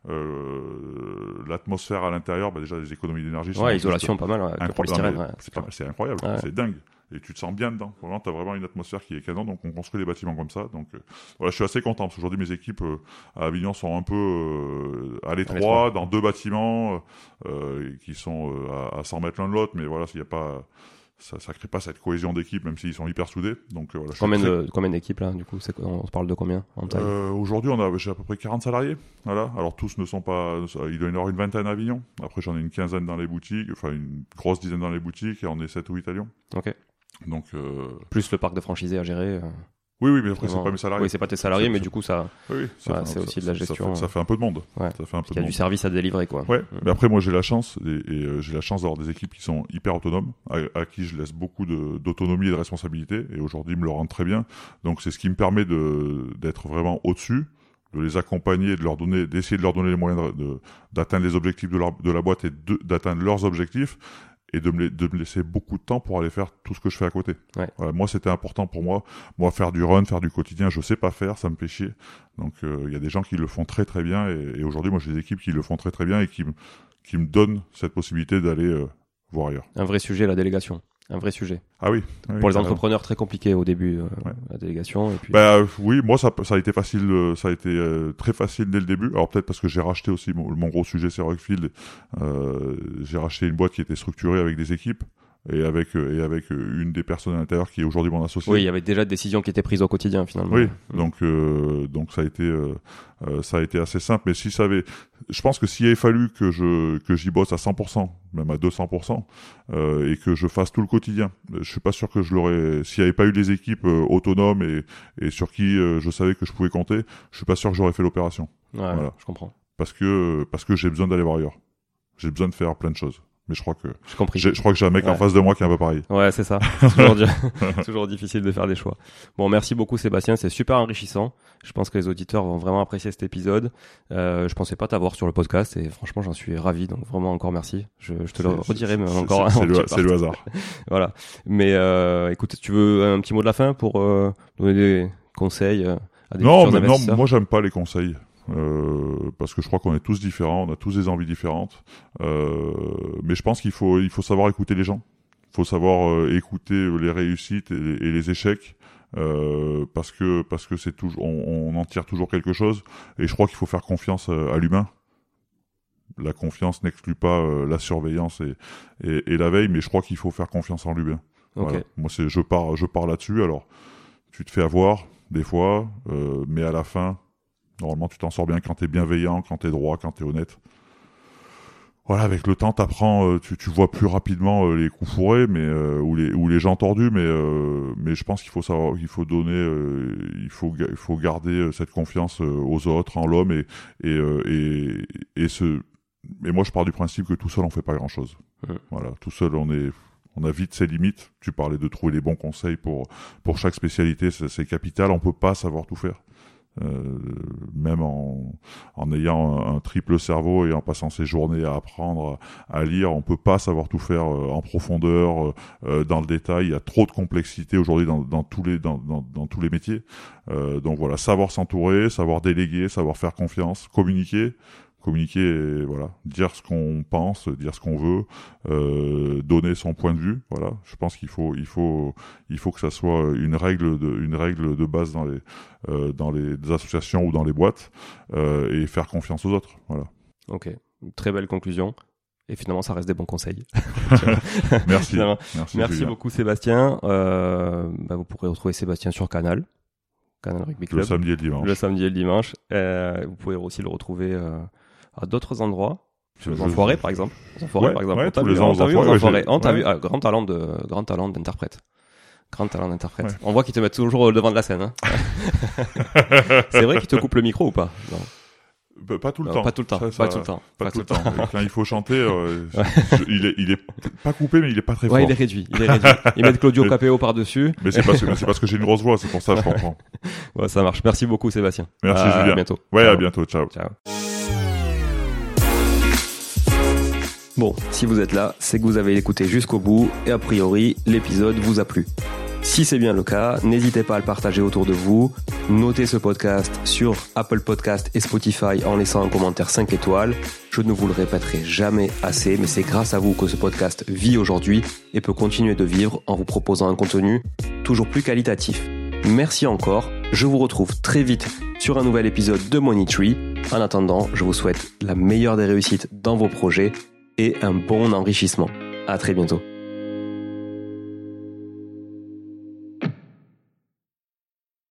l'atmosphère à l'intérieur, déjà les économies d'énergie sont isolation pas mal. C'est incroyable, c'est dingue. Et tu te sens bien dedans. Vraiment, t'as vraiment une atmosphère qui est canon. Donc, on construit des bâtiments comme ça. Donc, voilà, je suis assez content parce qu'aujourd'hui, mes équipes à Avignon sont un peu à l'étroit, dans 2 bâtiments qui sont à 100 mètres l'un de l'autre. Mais voilà, il y a pas, ça crée pas cette cohésion d'équipe, même s'ils sont hyper soudés. Donc, voilà. Combien d'équipes là, du coup, on se parle de combien en taille? Aujourd'hui, j'ai à peu près 40 salariés. Voilà. Alors, tous ne sont pas, il doit y en avoir une vingtaine à Avignon. Après, j'en ai une quinzaine dans les boutiques, enfin, une grosse dizaine dans les boutiques et on est 7 ou 8 à Lyon. Ok. Donc, plus le parc de franchisés à gérer. Oui, mais après, c'est pas mes salariés. Oui, c'est pas tes salariés, mais du coup, ça. Oui, c'est aussi de la gestion. Ça fait un peu de monde. Ouais. Ça fait un peu Il y a du service à délivrer, quoi. Ouais. Mais après, moi, j'ai la chance, j'ai la chance d'avoir des équipes qui sont hyper autonomes, à qui je laisse beaucoup d'autonomie et de responsabilité, et aujourd'hui, ils me le rendent très bien. Donc, c'est ce qui me permet d'être vraiment au-dessus, de les accompagner, d'essayer de leur donner les moyens d'atteindre les objectifs de la boîte et d'atteindre leurs objectifs. Et de me laisser beaucoup de temps pour aller faire tout ce que je fais à côté. Ouais. Voilà, moi, c'était important pour moi. Moi, faire du run, faire du quotidien, je sais pas faire, ça me fait chier. Donc, y a des gens qui le font très très bien. Et aujourd'hui, moi, j'ai des équipes qui le font très très bien et qui me donnent cette possibilité d'aller voir ailleurs. Un vrai sujet, la délégation. Un vrai sujet. Ah oui. Pour les entrepreneurs, très compliqué au début, la délégation. Et puis... oui, moi, ça a été facile, ça a été très facile dès le début. Alors peut-être parce que j'ai racheté aussi mon gros sujet, c'est Rockfield. J'ai racheté une boîte qui était structurée avec des équipes. Et avec une des personnes à l'intérieur qui est aujourd'hui mon associé. Oui, il y avait déjà des décisions qui étaient prises au quotidien finalement. Oui, donc ça a été assez simple. Mais je pense que s'il avait fallu que j'y bosse à 100%, même à 200%, et que je fasse tout le quotidien, je suis pas sûr que je l'aurais. S'il n'y avait pas eu des équipes autonomes et sur qui je savais que je pouvais compter, je suis pas sûr que j'aurais fait l'opération. Ouais, voilà. Je comprends. Parce que j'ai besoin d'aller voir ailleurs. J'ai besoin de faire plein de choses. Mais je crois que j'ai un mec en face de moi qui est un peu pareil. Ouais, c'est ça. Toujours difficile de faire des choix. Bon, merci beaucoup Sébastien, c'est super enrichissant. Je pense que les auditeurs vont vraiment apprécier cet épisode. Je pensais pas t'avoir sur le podcast et franchement, j'en suis ravi. Donc vraiment encore merci. Je te le redirai même encore. C'est le hasard. Voilà. Mais écoute, tu veux un petit mot de la fin pour donner des conseils à des futurs investisseurs? Non, moi j'aime pas les conseils. Parce que je crois qu'on est tous différents, on a tous des envies différentes. Mais je pense qu'il faut savoir écouter les gens. Il faut savoir écouter les réussites et les échecs. Parce que c'est toujours, on en tire toujours quelque chose. Et je crois qu'il faut faire confiance à l'humain. La confiance n'exclut pas la surveillance et la veille, mais je crois qu'il faut faire confiance en l'humain. Okay. Voilà. Moi, je pars là-dessus. Alors, tu te fais avoir des fois, mais à la fin, normalement, tu t'en sors bien quand t'es bienveillant, quand t'es droit, quand t'es honnête. Voilà, avec le temps, t'apprends, tu vois plus rapidement les coups fourrés, mais ou les gens tordus, mais je pense qu'il faut savoir, il faut donner, il faut garder cette confiance aux autres, en l'homme et moi, je pars du principe que tout seul, on fait pas grand-chose. Voilà, tout seul, on a vite ses limites. Tu parlais de trouver les bons conseils pour chaque spécialité, c'est capital. On peut pas savoir tout faire. Même en ayant un triple cerveau et en passant ses journées à apprendre à lire, on peut pas savoir tout faire en profondeur, dans le détail. Il y a trop de complexité aujourd'hui dans tous les métiers. Donc voilà, savoir s'entourer, savoir déléguer, savoir faire confiance, communiquer et voilà, dire ce qu'on pense, dire ce qu'on veut, donner son point de vue. Voilà, je pense qu'il faut que ça soit une règle de base dans les associations ou dans les boîtes, et faire confiance aux autres. Voilà. Ok, très belle conclusion. Et finalement, ça reste des bons conseils. Merci. Merci beaucoup Sébastien. Vous pourrez retrouver Sébastien sur Canal Rugby Club. Le samedi et le dimanche. Vous pouvez aussi le retrouver à d'autres endroits. Aux Enfoirés, par exemple. On t'a vu aux Enfoirés. On t'a vu, grand talent d'interprète. Grand talent d'interprète. Ouais. On voit qu'ils te mettent toujours au devant de la scène. Hein. C'est vrai qu'ils te coupent le micro ou pas? Non. Pas tout le temps. Pas tout le temps. Pas tout le temps. Quand il faut chanter, il est pas coupé, mais il est pas très fort. Ouais, il est réduit. Ils mettent Claudio Capéo par-dessus. Mais c'est parce que j'ai une grosse voix, c'est pour ça, je comprends. Ouais, ça marche. Merci beaucoup, Sébastien. Merci, Julien. À bientôt. Ouais, à bientôt. Ciao. Bon, si vous êtes là, c'est que vous avez écouté jusqu'au bout et a priori, l'épisode vous a plu. Si c'est bien le cas, n'hésitez pas à le partager autour de vous. Notez ce podcast sur Apple Podcast et Spotify en laissant un commentaire 5 étoiles. Je ne vous le répéterai jamais assez, mais c'est grâce à vous que ce podcast vit aujourd'hui et peut continuer de vivre en vous proposant un contenu toujours plus qualitatif. Merci encore. Je vous retrouve très vite sur un nouvel épisode de Money Tree. En attendant, je vous souhaite la meilleure des réussites dans vos projets et un bon enrichissement. À très bientôt.